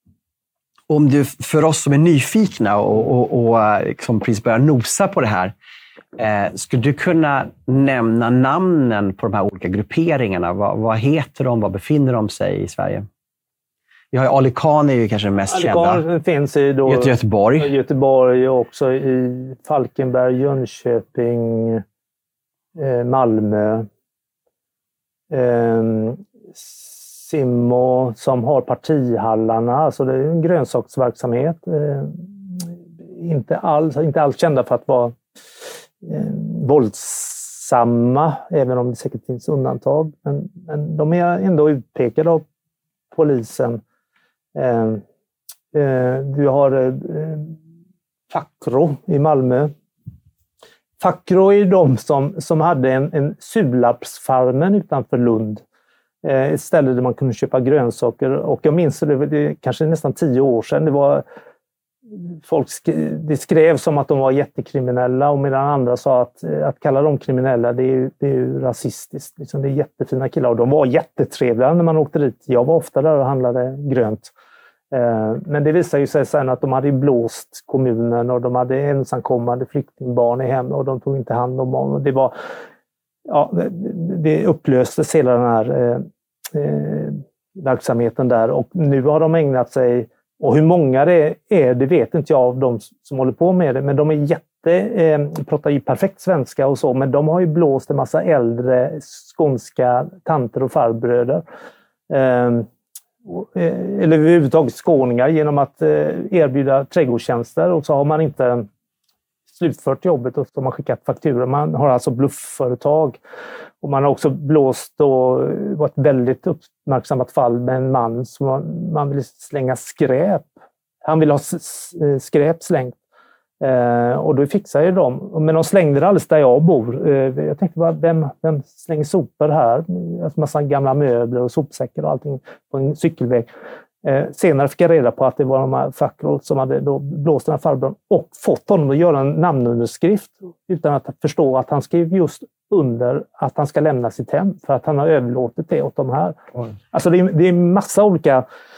om du, för oss som är nyfikna och, och, och liksom precis börjar nosa på det här, Eh, skulle du kunna nämna namnen på de här olika grupperingarna? Vad, vad heter de? Vad befinner de sig i Sverige? Vi har ju Ali Khan, är ju kanske den mest Ali kända. Khan finns i då Göteborg. Göteborg och också i Falkenberg, Jönköping, eh, Malmö. Eh, Simmo som har partihallarna. Alltså det är en grönsaksverksamhet. Eh, inte alls, inte alls kända för att vara Eh, våldsamma, även om det säkert finns undantag. Men, men de är ändå utpekade av polisen. Eh, eh, du har eh, Fakro i Malmö. Fakro är de som, som hade en, en Sularpsfarmen utanför Lund. Eh, ett ställe där man kunde köpa grönsaker. Och jag minns det, det kanske nästan tio år sedan. Det var Folk sk- det skrevs som att de var jättekriminella, och medan andra sa att, att kalla dem kriminella, det är ju, det är ju rasistiskt. Liksom, det är jättefina killar och de var jättetrevliga när man åkte dit. Jag var ofta där och handlade grönt. Eh, men det visade ju sig sen att de hade blåst kommunen och de hade ensamkommande flyktingbarn i hem och de tog inte hand om dem. Det var, ja, det, det upplöstes hela den här eh, eh, verksamheten där, och nu har de ägnat sig. Och hur många det är, det vet inte jag av de som håller på med det. Men de är jätte, eh, pratar ju perfekt svenska och så. Men de har ju blåst en massa äldre skånska tanter och farbröder. Eh, eller överhuvudtaget skåningar genom att eh, erbjuda trädgårdstjänster. Och så har man inte slutfört jobbet och så har man skickat fakturor. Man har alltså bluffföretag. Och man har också blåst och var ett väldigt uppmärksammat fall med en man som man, man ville slänga skräp. Han ville ha skräp slängt. Eh, och då fixade ju de. Men de slängde det alldeles där jag bor. Eh, jag tänkte bara, vem, vem slänger sopor här? Alltså massa gamla möbler och sopsäckar och allting på en cykelväg. Eh, senare fick jag reda på att det var de här Fakro som hade då blåst den här farbrorn och fått honom att göra en namnunderskrift utan att förstå att han skrev just under att han ska lämna sitt hem för att han har överlåtit det åt de här. Mm. Alltså det är, det är massa olika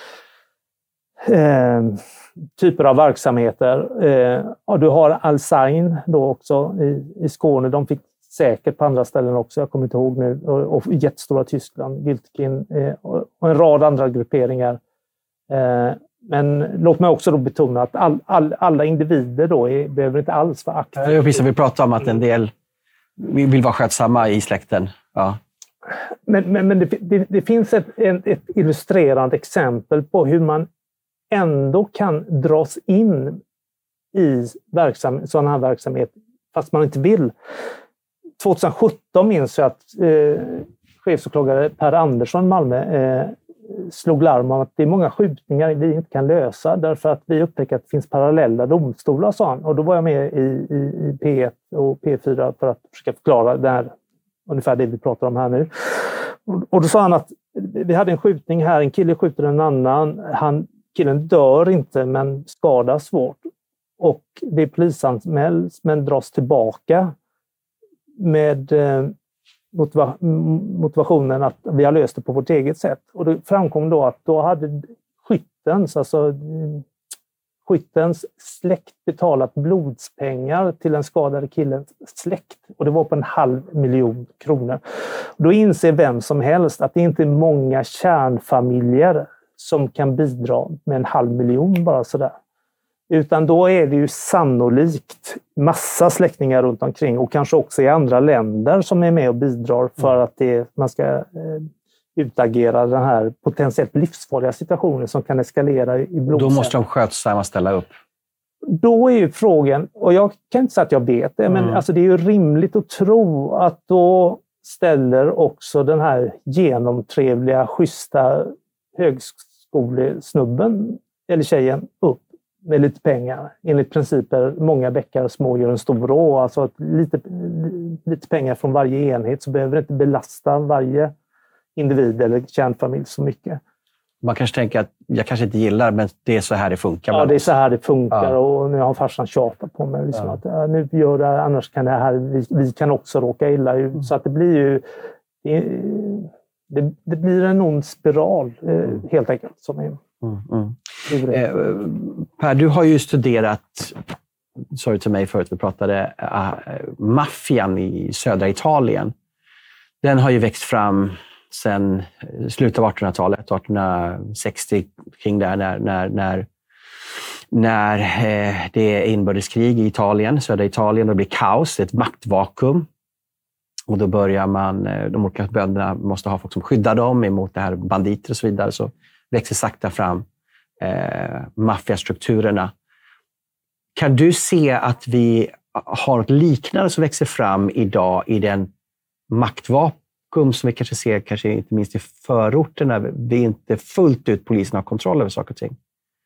eh, typer av verksamheter. Eh, och du har Alsain då också i, i Skåne. De fick säkert på andra ställen också, jag kommer inte ihåg nu. Och, och jättestora Tyskland, Giltkin eh, och, och en rad andra grupperingar. Eh, men låt mig också då betona att all, all, alla individer då är, behöver inte alls vara aktiva. Jag visste vi pratade om att en del vill vara skötsamma i släkten. Ja. Men, men, men det, det, det finns ett, ett illustrerande exempel på hur man ändå kan dras in i verksam, sån här verksamhet fast man inte vill. tjugohundrasjutton minns jag att eh, chefsåklagare Per Andersson i Malmö eh, slog larm om att det är många skjutningar vi inte kan lösa därför att vi upptäcker att det finns parallella domstolar, sa han. Och då var jag med i, i, i P ett och P fyra för att försöka förklara det här, ungefär det vi pratar om här nu. Och, och då sa han att vi hade en skjutning här, en kille skjuter en annan, han, killen dör inte men skadas svårt. Och det polisanmäls men dras tillbaka med eh, motiva- motivationen att vi har löst det på vårt eget sätt. Och det framkom då att då hade skyttens, alltså skyttens släkt betalat blodspengar till den skadade killens släkt. Och det var på en halv miljon kronor. Och då inser vem som helst att det inte är många kärnfamiljer som kan bidra med en halv miljon bara sådär. Utan då är det ju sannolikt massa släktingar runt omkring och kanske också i andra länder som är med och bidrar för att det, man ska eh, utagera den här potentiellt livsfarliga situationen som kan eskalera i blodsättning. Då måste de skötsamma ställa upp. Då är ju frågan, och jag kan inte säga att jag vet det, mm. men alltså det är ju rimligt att tro att då ställer också den här genomtrevliga, schyssta högskolesnubben eller tjejen upp med lite pengar. Enligt principer, många bäckar små gör en stor å. Alltså att lite, lite pengar från varje enhet så behöver det inte belasta varje individ eller kärnfamilj så mycket. Man kanske tänker att jag kanske inte gillar, men det är så här det funkar. Ja, det är så här det funkar. Ja. Och nu har farsan tjatat på mig. Liksom, ja. Att ja, nu gör det här, annars kan det här, vi, vi kan också råka illa ut. Mm. Så att det blir ju det, det, det blir en ond spiral mm. helt enkelt. Som är, mm. Mm. Eh, Per, du har ju studerat, sa du till mig förut, vi pratade, uh, maffian i södra Italien. Den har ju växt fram sedan slutet av artonhundratalet, artonhundrasextio, kring där när, när, när, när eh, det är inbördeskrig i Italien, södra Italien, och det blir kaos, ett maktvakuum. Och då börjar man, de olika bönderna måste ha folk som skyddar dem emot det här banditer och så vidare, så växer sakta fram eh, maffiastrukturerna. Kan du se att vi har något liknande som växer fram idag i den maktvakuum som vi kanske ser, kanske inte minst i förorterna? Vi är inte fullt ut polisen har kontroll över saker och ting.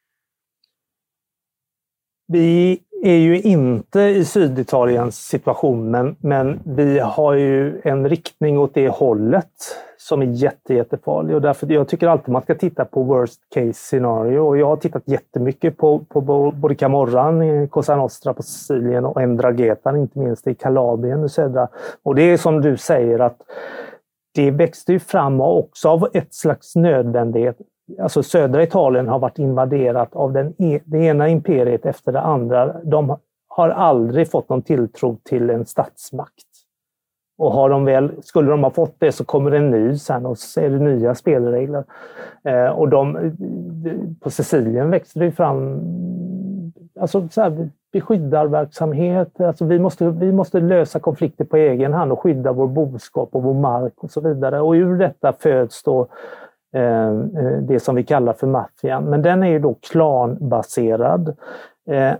Vi är ju inte i Syditaliens situation, men, men vi har ju en riktning åt det hållet som är jätte, jättefarlig. Och därför jag tycker alltid man ska titta på worst case scenario. Och jag har tittat jättemycket på, på både Camorran i Cosa Nostra på Sicilien och Ndrangheta, inte minst i Kalabrien i södra. Och det är som du säger att det växte ju fram också av ett slags nödvändighet. Alltså södra Italien har varit invaderat av den e- det ena imperiet efter det andra. De har aldrig fått någon tilltro till en statsmakt. Och har de väl, skulle de ha fått det så kommer det en ny sen och så är det nya spelregler. Eh, och de, på Sicilien växte det fram alltså så här, beskyddarverksamhet. Alltså vi, måste, vi måste lösa konflikter på egen hand och skydda vår boskap och vår mark och så vidare. Och ur detta föds då det som vi kallar för maffian. Men den är ju då klanbaserad. Eh,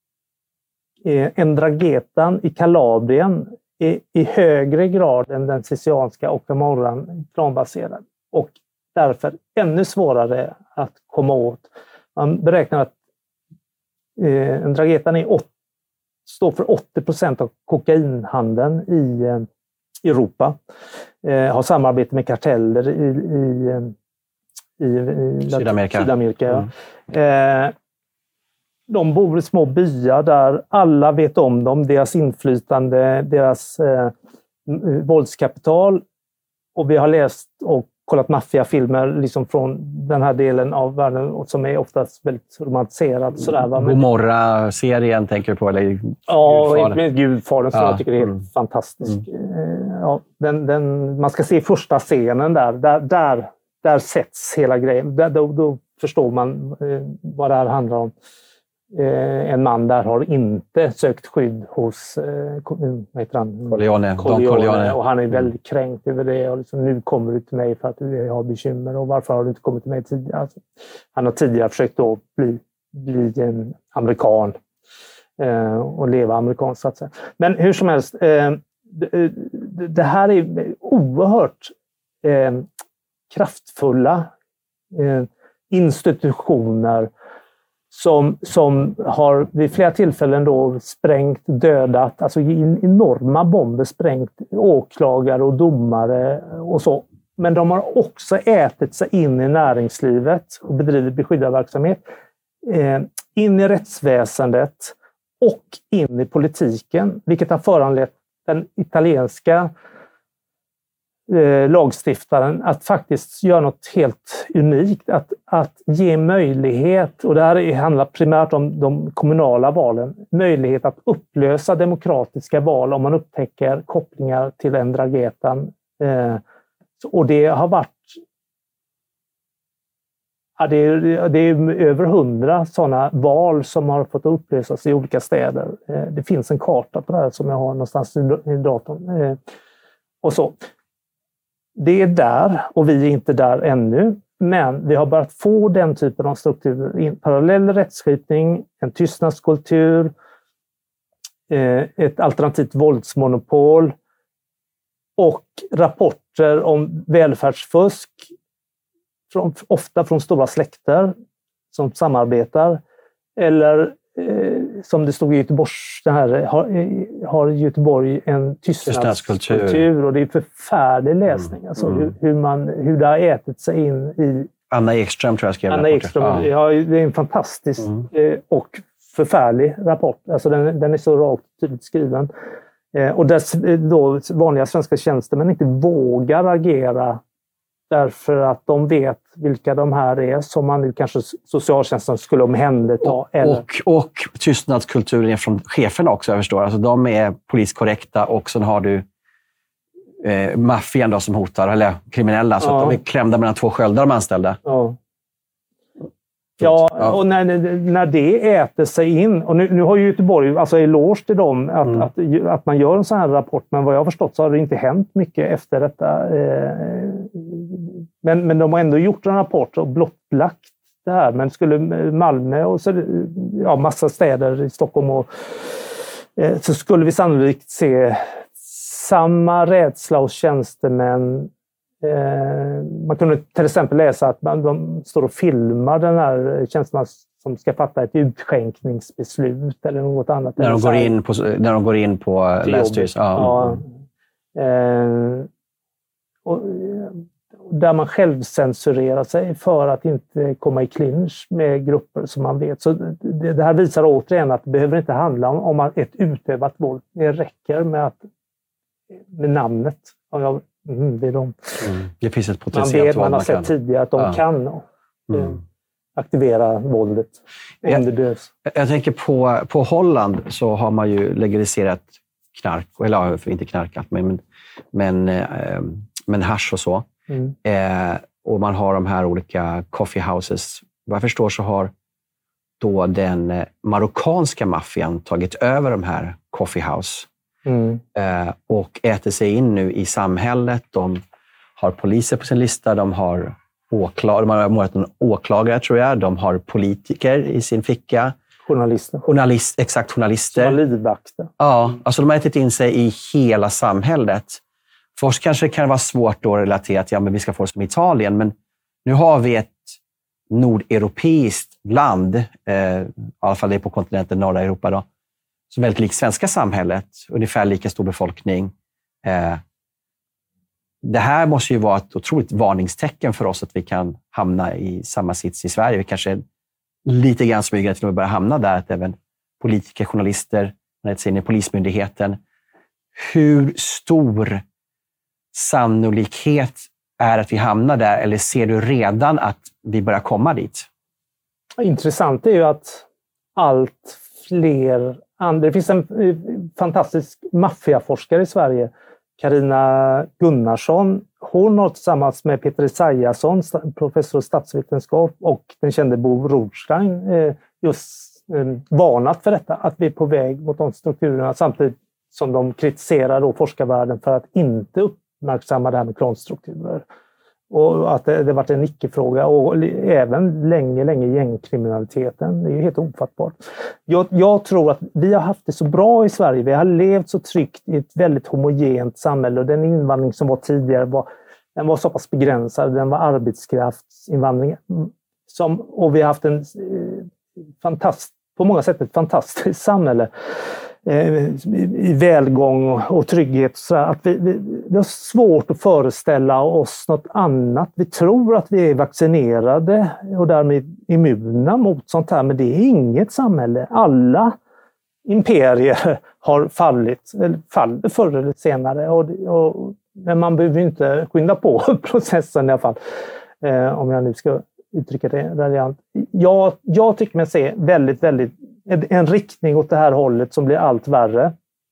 Ndrangheta i Kalabrien är i högre grad än den sicilianska och Camorran klanbaserad. Och därför ännu svårare att komma åt. Man beräknar att eh, Ndrangheta är åt, står för åttio procent av kokainhandeln i eh, Europa. Eh, har samarbete med karteller i, i, i, i Sydamerika. Sydamerika mm. eh, de bor i små byar där alla vet om dem, deras inflytande, deras eh, våldskapital. Och vi har läst och kollat maffiafilmer liksom från den här delen av världen som är oftast väldigt romantiserad. Sådär, va? Gomorra-serien tänker du på? Eller ja, Gudfadern som ja. jag tycker är mm. fantastisk. Mm. Ja, den, den, man ska se första scenen där. Där, där, där sätts hela grejen. Där, då, då förstår man eh, vad det här handlar om. Eh, en man där har inte sökt skydd hos eh, vad heter han? Corleone. Corleone, Corleone. Och han är väldigt kränkt över det. Och liksom, nu kommer du till mig för att du har bekymmer. Och varför har du inte kommit till mig tidigare? Alltså, han har tidigare försökt då bli, bli en amerikan eh, och leva amerikanskt, så att säga. Men hur som helst, eh, det, det här är oerhört eh, kraftfulla eh, institutioner Som, som har vid flera tillfällen då sprängt, dödat, alltså enorma bomber, sprängt åklagare och domare och så. Men de har också ätit sig in i näringslivet och bedrivit beskyddad verksamhet, eh, in i rättsväsendet och in i politiken, vilket har föranlett den italienska Eh, lagstiftaren att faktiskt göra något helt unikt, att, att ge möjlighet, och det här handlar primärt om de kommunala valen, möjlighet att upplösa demokratiska val om man upptäcker kopplingar till Ndrangheta. Eh, och det har varit ja, det, är, det är över hundra sådana val som har fått upplösas i olika städer. Eh, det finns en karta på det här som jag har någonstans i, i datorn. Eh, och så. Det är där, och vi är inte där ännu, men vi har börjat få den typen av strukturer. Parallell rättsskipning, en tystnadskultur, ett alternativt våldsmonopol och rapporter om välfärdsfusk, från, ofta från stora släkter som samarbetar, eller eh, som det stod i Göteborgs, det här, har, har Göteborg en tystnadskultur, och det är förfärlig läsning. Mm. Alltså hur, hur, man, hur det har ätit sig in i... Anna Ekström tror jag skrev Anna Ekström, ja. Ja, det är en fantastisk mm. eh, och förfärlig rapport. Alltså den, den är så rakt och tydligt skriven. Eh, och där då vanliga svenska tjänstemän inte vågar agera därför att de vet vilka de här är som man nu kanske socialtjänsten skulle omhänderta. Och, eller... och, och tystnadskulturen är från cheferna också, jag förstår. Alltså de är poliskorrekta, och sen har du eh, maffian då som hotar, eller kriminella. Så ja. Att de är klämda mellan två sköldar, de anställda. Ja. Ja, och när, när det äter sig in, och nu, nu har ju Göteborg alltså eloge till dem att, mm. att, att, att man gör en sån här rapport, men vad jag har förstått så har det inte hänt mycket efter detta. Men, men de har ändå gjort en rapport och blottlagt det här. Men skulle Malmö och så, ja, massa städer i Stockholm och, så skulle vi sannolikt se samma rädsla hos tjänstemän. Eh, man kunde till exempel läsa att man, de står och filmar den här tjänsteman som ska fatta ett utskänkningsbeslut eller något annat. När de går in på, när de går in på länsstyrelsen. Ja. Ja. Eh, och, där man själv censurerar sig för att inte komma i clinch med grupper som man vet. Så det, det här visar återigen att det behöver inte handla om, om ett utövat våld. Det räcker med, att, med namnet. Om jag, Mm, det är de. Mm. Det finns ett potentiellt man vet, våld man har sett kan. tidigare att de ja. kan mm. aktivera våldet om jag, det behövs. Jag tänker på, på Holland så har man ju legaliserat knark, eller inte knarkat, men, men, äh, men hasch och så. Mm. Eh, och man har de här olika coffee houses. Vad jag förstår så har då den marockanska maffian tagit över de här coffee house. Mm. Eh, och äter sig in nu i samhället. De har poliser på sin lista, de har, åklag- de har målat en åklagare tror jag, de har politiker i sin ficka. Journalister. Journalist, exakt, journalister. Som livvakter. Ja, alltså de har ätit in sig i hela samhället. För oss kanske det kan vara svårt att relatera till, ja men vi ska få det som Italien, men nu har vi ett nordeuropeiskt land, eh, i alla fall det är på kontinenten norra Europa då, som är väldigt likt svenska samhället, ungefär lika stor befolkning. Eh, det här måste ju vara ett otroligt varningstecken för oss att vi kan hamna i samma sits i Sverige. Vi kanske lite grann smyger till att börja hamna där, att även politiker, journalister, man är in i polismyndigheten. Hur stor sannolikhet är att vi hamnar där, eller ser du redan att vi börjar komma dit? Intressant är ju att allt fler andra... Det finns en fantastisk maffiaforskare i Sverige, Carina Gunnarsson. Hon har tillsammans med Peter Esaiasson, professor i statsvetenskap, och den kände Bo Rothstein just eh, varnat för detta, att vi är på väg mot de strukturerna, samtidigt som de kritiserar då forskarvärlden för att inte uppmärksamma det här med klanstrukturer. Och att det, det varit en icke-fråga, och även länge, länge gängkriminaliteten. Det är ju helt ofattbart. Jag, jag tror att vi har haft det så bra i Sverige. Vi har levt så tryggt i ett väldigt homogent samhälle, och den invandring som var tidigare var, den var så pass begränsad. Den var arbetskraftsinvandring. Som, och vi har haft en eh, fantast, på många sätt ett fantastiskt samhälle. I välgång och trygghet. Så att vi, vi, vi har svårt att föreställa oss något annat. Vi tror att vi är vaccinerade och därmed immuna mot sånt här, men det är inget samhälle. Alla imperier har fallit, eller faller förr eller senare. Och, och, men man behöver inte skynda på processen i alla fall. Eh, om jag nu ska uttrycka det raljant. Jag, jag tycker mig se väldigt, väldigt en riktning åt det här hållet som blir allt värre.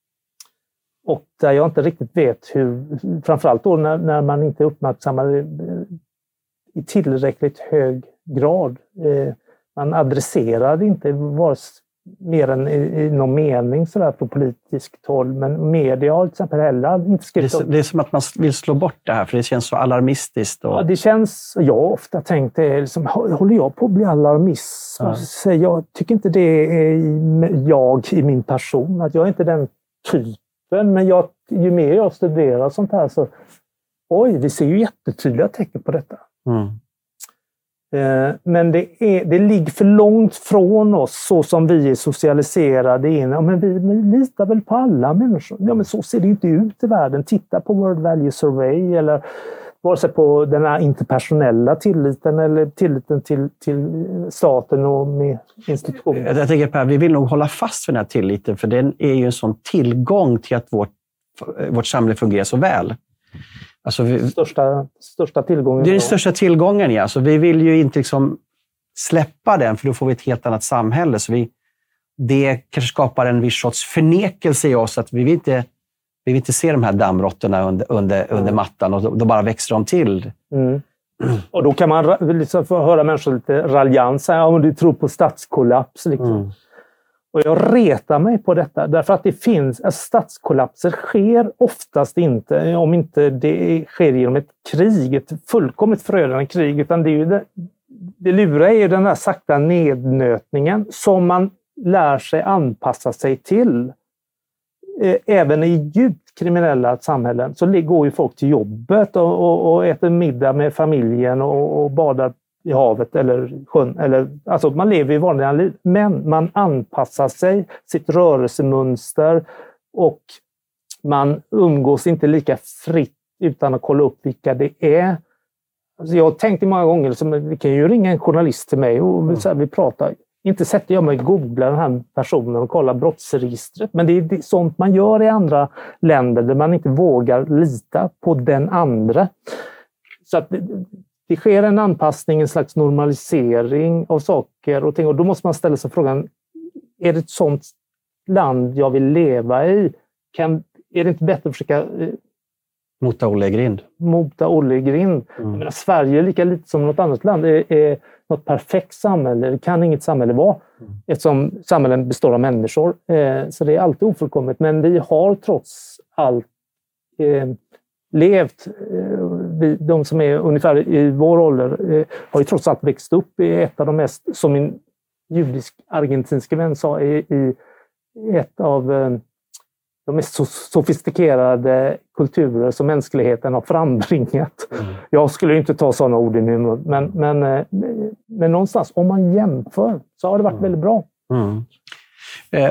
Och där jag inte riktigt vet hur, framförallt då när, när man inte uppmärksammar det i tillräckligt hög grad. Eh, man adresserar inte vare sig mer än i, i någon mening sådär på politiskt håll, men media har till exempel heller inte skrivit det, är, det är som att man vill slå bort det här, för det känns så alarmistiskt. Och... Ja, det känns, jag har ofta tänkt det, liksom, håller jag på att bli alarmist? Ja. Så jag tycker inte det är jag i min person, att jag är inte den typen, men jag, ju mer jag studerar sånt här så, oj, vi ser ju jättetydliga tecken på detta. Mm. Men det, är, det ligger för långt från oss så som vi är socialiserade in. Ja, men vi, vi litar väl på alla människor. Ja, men så ser det inte ut i världen. Titta på World Value Survey eller vare sig på den här interpersonella tilliten eller tilliten till, till staten och med institutioner. Jag tänker Per, vi vill nog hålla fast vid den här tilliten, för den är ju en sån tillgång till att vårt, vårt samhälle fungerar så väl. Alltså vi, största, största tillgången. Det är den största tillgången, ja. Så vi vill ju inte liksom släppa den, för då får vi ett helt annat samhälle. Så vi, det kanske skapar en viss sorts förnekelse i oss, att vi vill inte, vi vill inte se de här dammråttorna under, under, mm. under mattan, och då, då bara växer de till. Mm. Och då kan man liksom få höra människor lite raljant säga, ja, men du tror på statskollaps. Liksom. Mm. Och jag retar mig på detta, därför att det finns, att statskollapser sker oftast inte, om inte det sker genom ett krig, ett fullkomligt förödande krig, utan det är ju det, det luriga är ju den där sakta nednötningen som man lär sig anpassa sig till. Även i djupt kriminella samhällen så går ju folk till jobbet och, och, och äter middag med familjen och, och badar i havet eller sjön. Eller, alltså man lever i vanliga liv, men man anpassar sig, sitt rörelsemönster, och man umgås inte lika fritt utan att kolla upp vilka det är. Alltså jag har tänkt många gånger, liksom, vi kan ju ringa en journalist till mig och mm. så här, vi pratar. Inte sätter jag mig och googlar den här personen och kollar brottsregistret, men det är, det är sånt man gör i andra länder där man inte vågar lita på den andra. Så att det sker en anpassning, en slags normalisering av saker och ting. Och då måste man ställa sig frågan, är det ett sånt land jag vill leva i? Kan, är det inte bättre att försöka... Eh, mota Olle i grind. Mota Olle i grind. Mm. Jag menar, Sverige, lika lite som något annat land, är, är något perfekt samhälle. Det kan inget samhälle vara. Mm. Eftersom samhällen består av människor. Eh, så det är alltid ofullkomligt. Men vi har trots allt... Eh, levt, vi, de som är ungefär i vår ålder har ju trots allt växt upp i ett av de mest, som min judisk-argentinske vän sa, i, i ett av de mest sofistikerade kulturer som mänskligheten har frambringat. Mm. Jag skulle inte ta sådana ord i min mun, men, men, men någonstans, om man jämför, så har det varit mm. väldigt bra. Mm. Eh,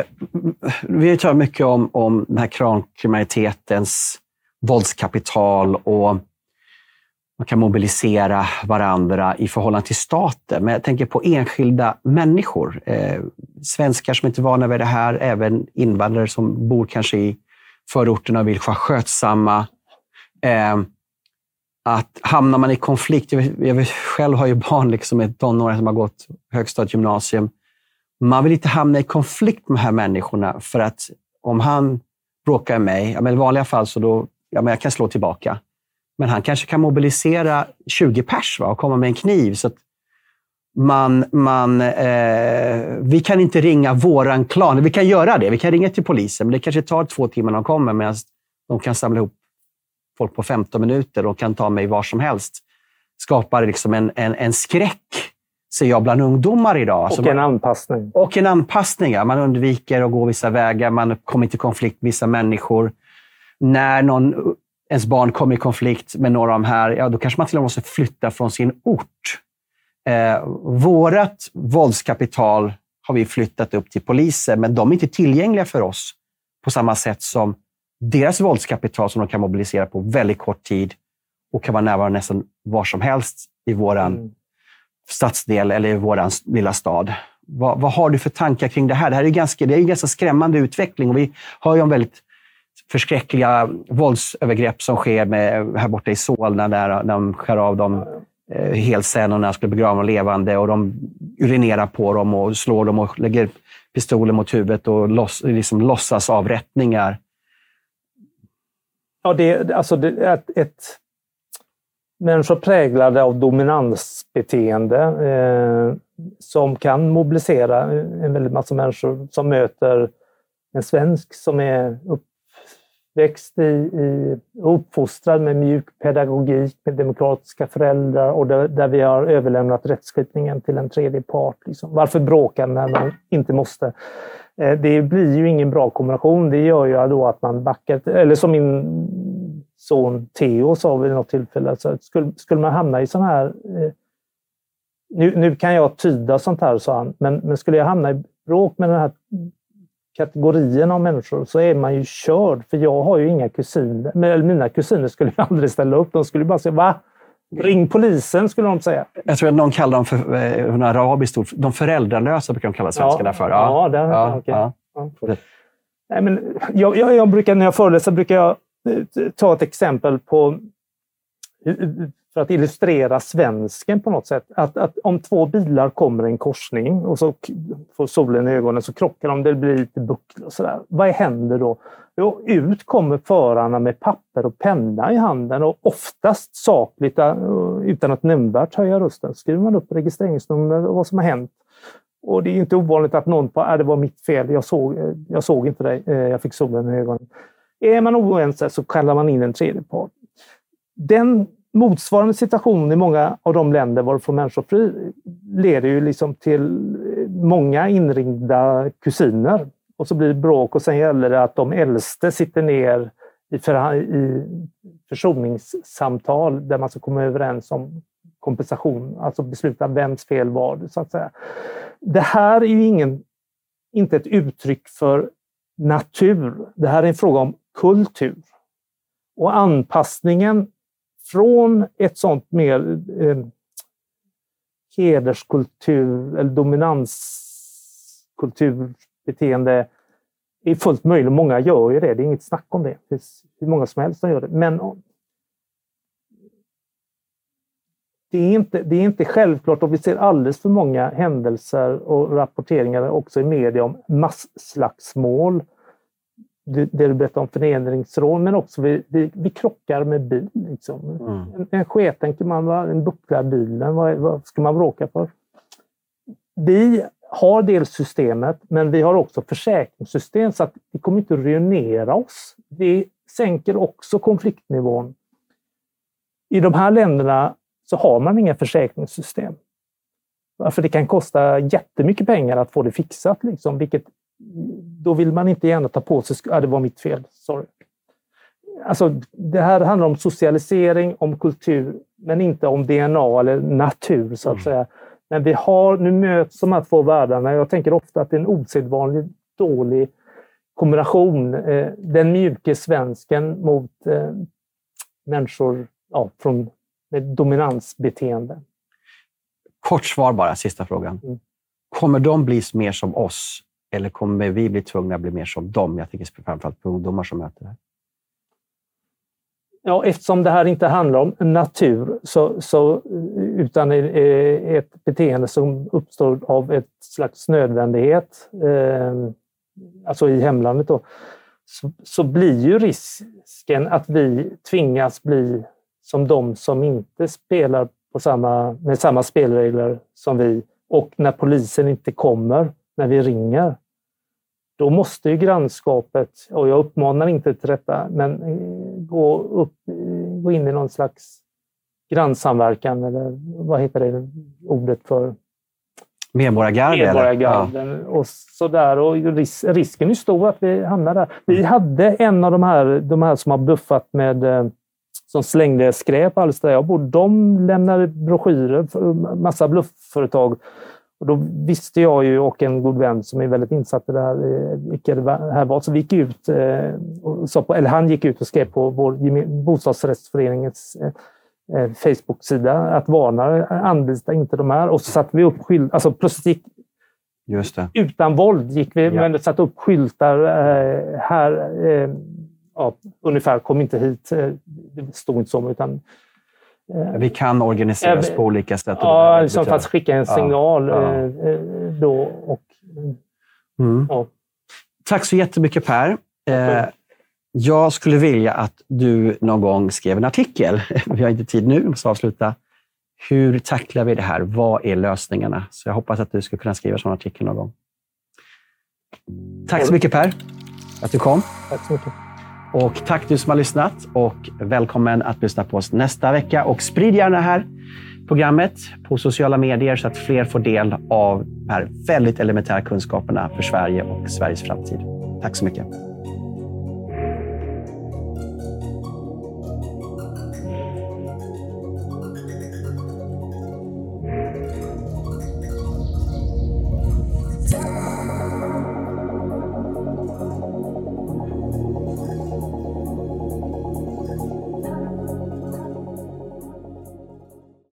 vi tar mycket om, om den här klankriminalitetens våldskapital, och man kan mobilisera varandra i förhållande till staten. Men jag tänker på enskilda människor. Eh, svenskar som inte är vana vid det här, även invandrare som bor kanske i förorterna och vill vara skötsamma. Eh, att hamnar man i konflikt, jag, jag själv har ju barn liksom med tonåringar som har gått högstadiegymnasium. Man vill inte hamna i konflikt med de här människorna, för att om han bråkar med mig, ja, men i vanliga fall så då ja, men jag kan slå tillbaka. Men han kanske kan mobilisera tjugo pers, va, och komma med en kniv. Så att Man, man, eh, vi kan inte ringa våran klan. Vi kan göra det. Vi kan ringa till polisen. Men det kanske tar två timmar när de kommer. Medan de kan samla ihop folk på femton minuter och kan ta mig var som helst. Skapar liksom en, en, en skräck, ser jag, bland ungdomar idag. Och alltså en man, anpassning. Och en anpassning. Ja. Man undviker att gå vissa vägar. Man kommer inte i konflikt med vissa människor. När någon, ens barn kommer i konflikt med några av de här, ja, då kanske man till och med måste flytta från sin ort. Eh, vårat våldskapital har vi flyttat upp till poliser, men de är inte tillgängliga för oss på samma sätt som deras våldskapital som de kan mobilisera på väldigt kort tid och kan vara närvarande nästan var som helst i våran mm. stadsdel eller i våran lilla stad. Vad, vad har du för tankar kring det här? Det här är ju ganska, det är en ganska skrämmande utveckling och vi har ju en väldigt förskräckliga våldsövergrepp som sker med, här borta i Solna där, där de skär av dem eh, helsenorna, skulle begrava dem levande och de urinerar på dem och slår dem och lägger pistolen mot huvudet och loss, liksom låtsas avrättningar. Ja, det, alltså det är ett, ett människor präglade av dominansbeteende eh, som kan mobilisera en väldigt massa människor som möter en svensk som är uppväxt i, i uppfostrad med mjuk pedagogik, med demokratiska föräldrar och där, där vi har överlämnat rättskipningen till en tredje part. Liksom. Varför bråka när man inte måste? Eh, det blir ju ingen bra kombination. Det gör ju då att man backar, eller som min son Theo sa vid något tillfälle, alltså, skulle, skulle man hamna i sån här... Eh, nu, nu kan jag tyda sånt här, sa han, men, men skulle jag hamna i bråk med den här kategorien av människor så är man ju körd, för jag har ju inga kusiner, eller mina kusiner skulle ju aldrig ställa upp, de skulle bara säga, va? Ring polisen, skulle de säga. Jag tror att någon kallar dem för en arabisk ord, de föräldralösa brukar de kalla svenskarna ja, för. Ja, ja, det, ja, okay. ja. ja. Nej, men jag, jag, jag brukar, när jag föreläser brukar jag ta ett exempel på, för att illustrera svensken på något sätt. Att, att om två bilar kommer i en korsning och så får solen i ögonen så krockar de, det blir lite buckla och sådär. Vad händer då? Jo, ut kommer förarna med papper och penna i handen och oftast sakligt, utan att nämnvärt höja rösten, skriver man upp registreringsnummer och vad som har hänt. Och det är inte ovanligt att någon på, äh, det var mitt fel, jag såg, jag såg inte dig, jag fick solen i ögonen. Är man oense så kallar man in en tredje part. Den motsvarande situation i många av de länder varifrån människor fri leder ju liksom till många inringda kusiner. Och så blir det bråk och sen gäller det att de äldste sitter ner i, för, i försoningssamtal där man ska komma överens om kompensation. Alltså besluta vems fel var det, så att säga. Det här är ju ingen, inte ett uttryck för natur. Det här är en fråga om kultur. Och anpassningen från ett sånt mer eh, hederskultur eller dominanskulturbeteende är fullt möjligt. Många gör ju det. Det är inget snack om det. Det finns hur många som helst som gör det. Men det är inte, det är inte självklart, och vi ser alldeles för många händelser och rapporteringar också i media om masslagsmål. Det, det du berättar om förnedringsrån, men också vi, vi, vi krockar med bil. Liksom. Mm. En, en sketen kan man vara, en bucklad bilen, vad, vad ska man bråka för? Vi har dels systemet, men vi har också försäkringssystem så att det kommer inte att ruinera oss. Det sänker också konfliktnivån. I de här länderna så har man inga försäkringssystem. För det kan kosta jättemycket pengar att få det fixat, liksom, vilket då vill man inte gärna ta på sig, ja, det var mitt fel, sorry. Alltså, det här handlar om socialisering, om kultur, men inte om D N A eller natur, så att mm. säga. Men vi har, nu möts de här två världarna. Jag tänker ofta att det är en osedvanligt dålig kombination. Eh, den mjuke svensken mot eh, människor ja, från med dominansbeteende. Kort svar bara, sista frågan. Mm. Kommer de bli mer som oss? Eller kommer vi bli tvungna att bli mer som dem? Jag tänker framförallt på ungdomar som möter det här. Ja, eftersom det här inte handlar om natur så, så, utan ett beteende som uppstår av ett slags nödvändighet, eh, alltså i hemlandet då, så, så blir ju risken att vi tvingas bli som de som inte spelar på samma, med samma spelregler som vi. Och när polisen inte kommer, när vi ringer, då måste ju grannskapet, och jag uppmanar inte till detta, men gå, upp, gå in i någon slags grannsamverkan, eller vad heter det ordet för? Medborgargarden. Medborgargarden ja. Och sådär. Och ris- risken är stor att vi hamnar där. Vi hade en av de här, de här som har buffat med, som slängde skräp alldeles där jag bor. De lämnade broschyrer för massa bluffföretag. Och då visste jag ju, och en god vän som är väldigt insatt i det här, vilka det här var, så vi gick ut, och sa på, eller han gick ut och skrev på vår bostadsrättsföreningens Facebook-sida att varna, anvisa inte de här. Och så satte vi upp skylt, alltså plötsligt gick, just det. Utan våld gick vi, ja. Men satte upp skyltar eh, här, eh, ja, ungefär kom inte hit, eh, det stod inte så, utan eh, vi kan organisera oss på olika sätt. Ja, liksom för att skicka en signal ja, ja. Eh, då. Och, mm. ja. Tack så jättemycket, Per. Eh, Jag skulle vilja att du någon gång skrev en artikel. Vi har inte tid nu, vi måste avsluta. Hur tacklar vi det här? Vad är lösningarna? Så jag hoppas att du ska kunna skriva en sån artikel någon gång. Tack så mycket, Per, att du kom. Tack så mycket. Och tack du som har lyssnat. Och välkommen att lyssna på oss nästa vecka. Och sprid gärna det här programmet på sociala medier så att fler får del av de här väldigt elementära kunskaperna för Sverige och Sveriges framtid. Tack så mycket.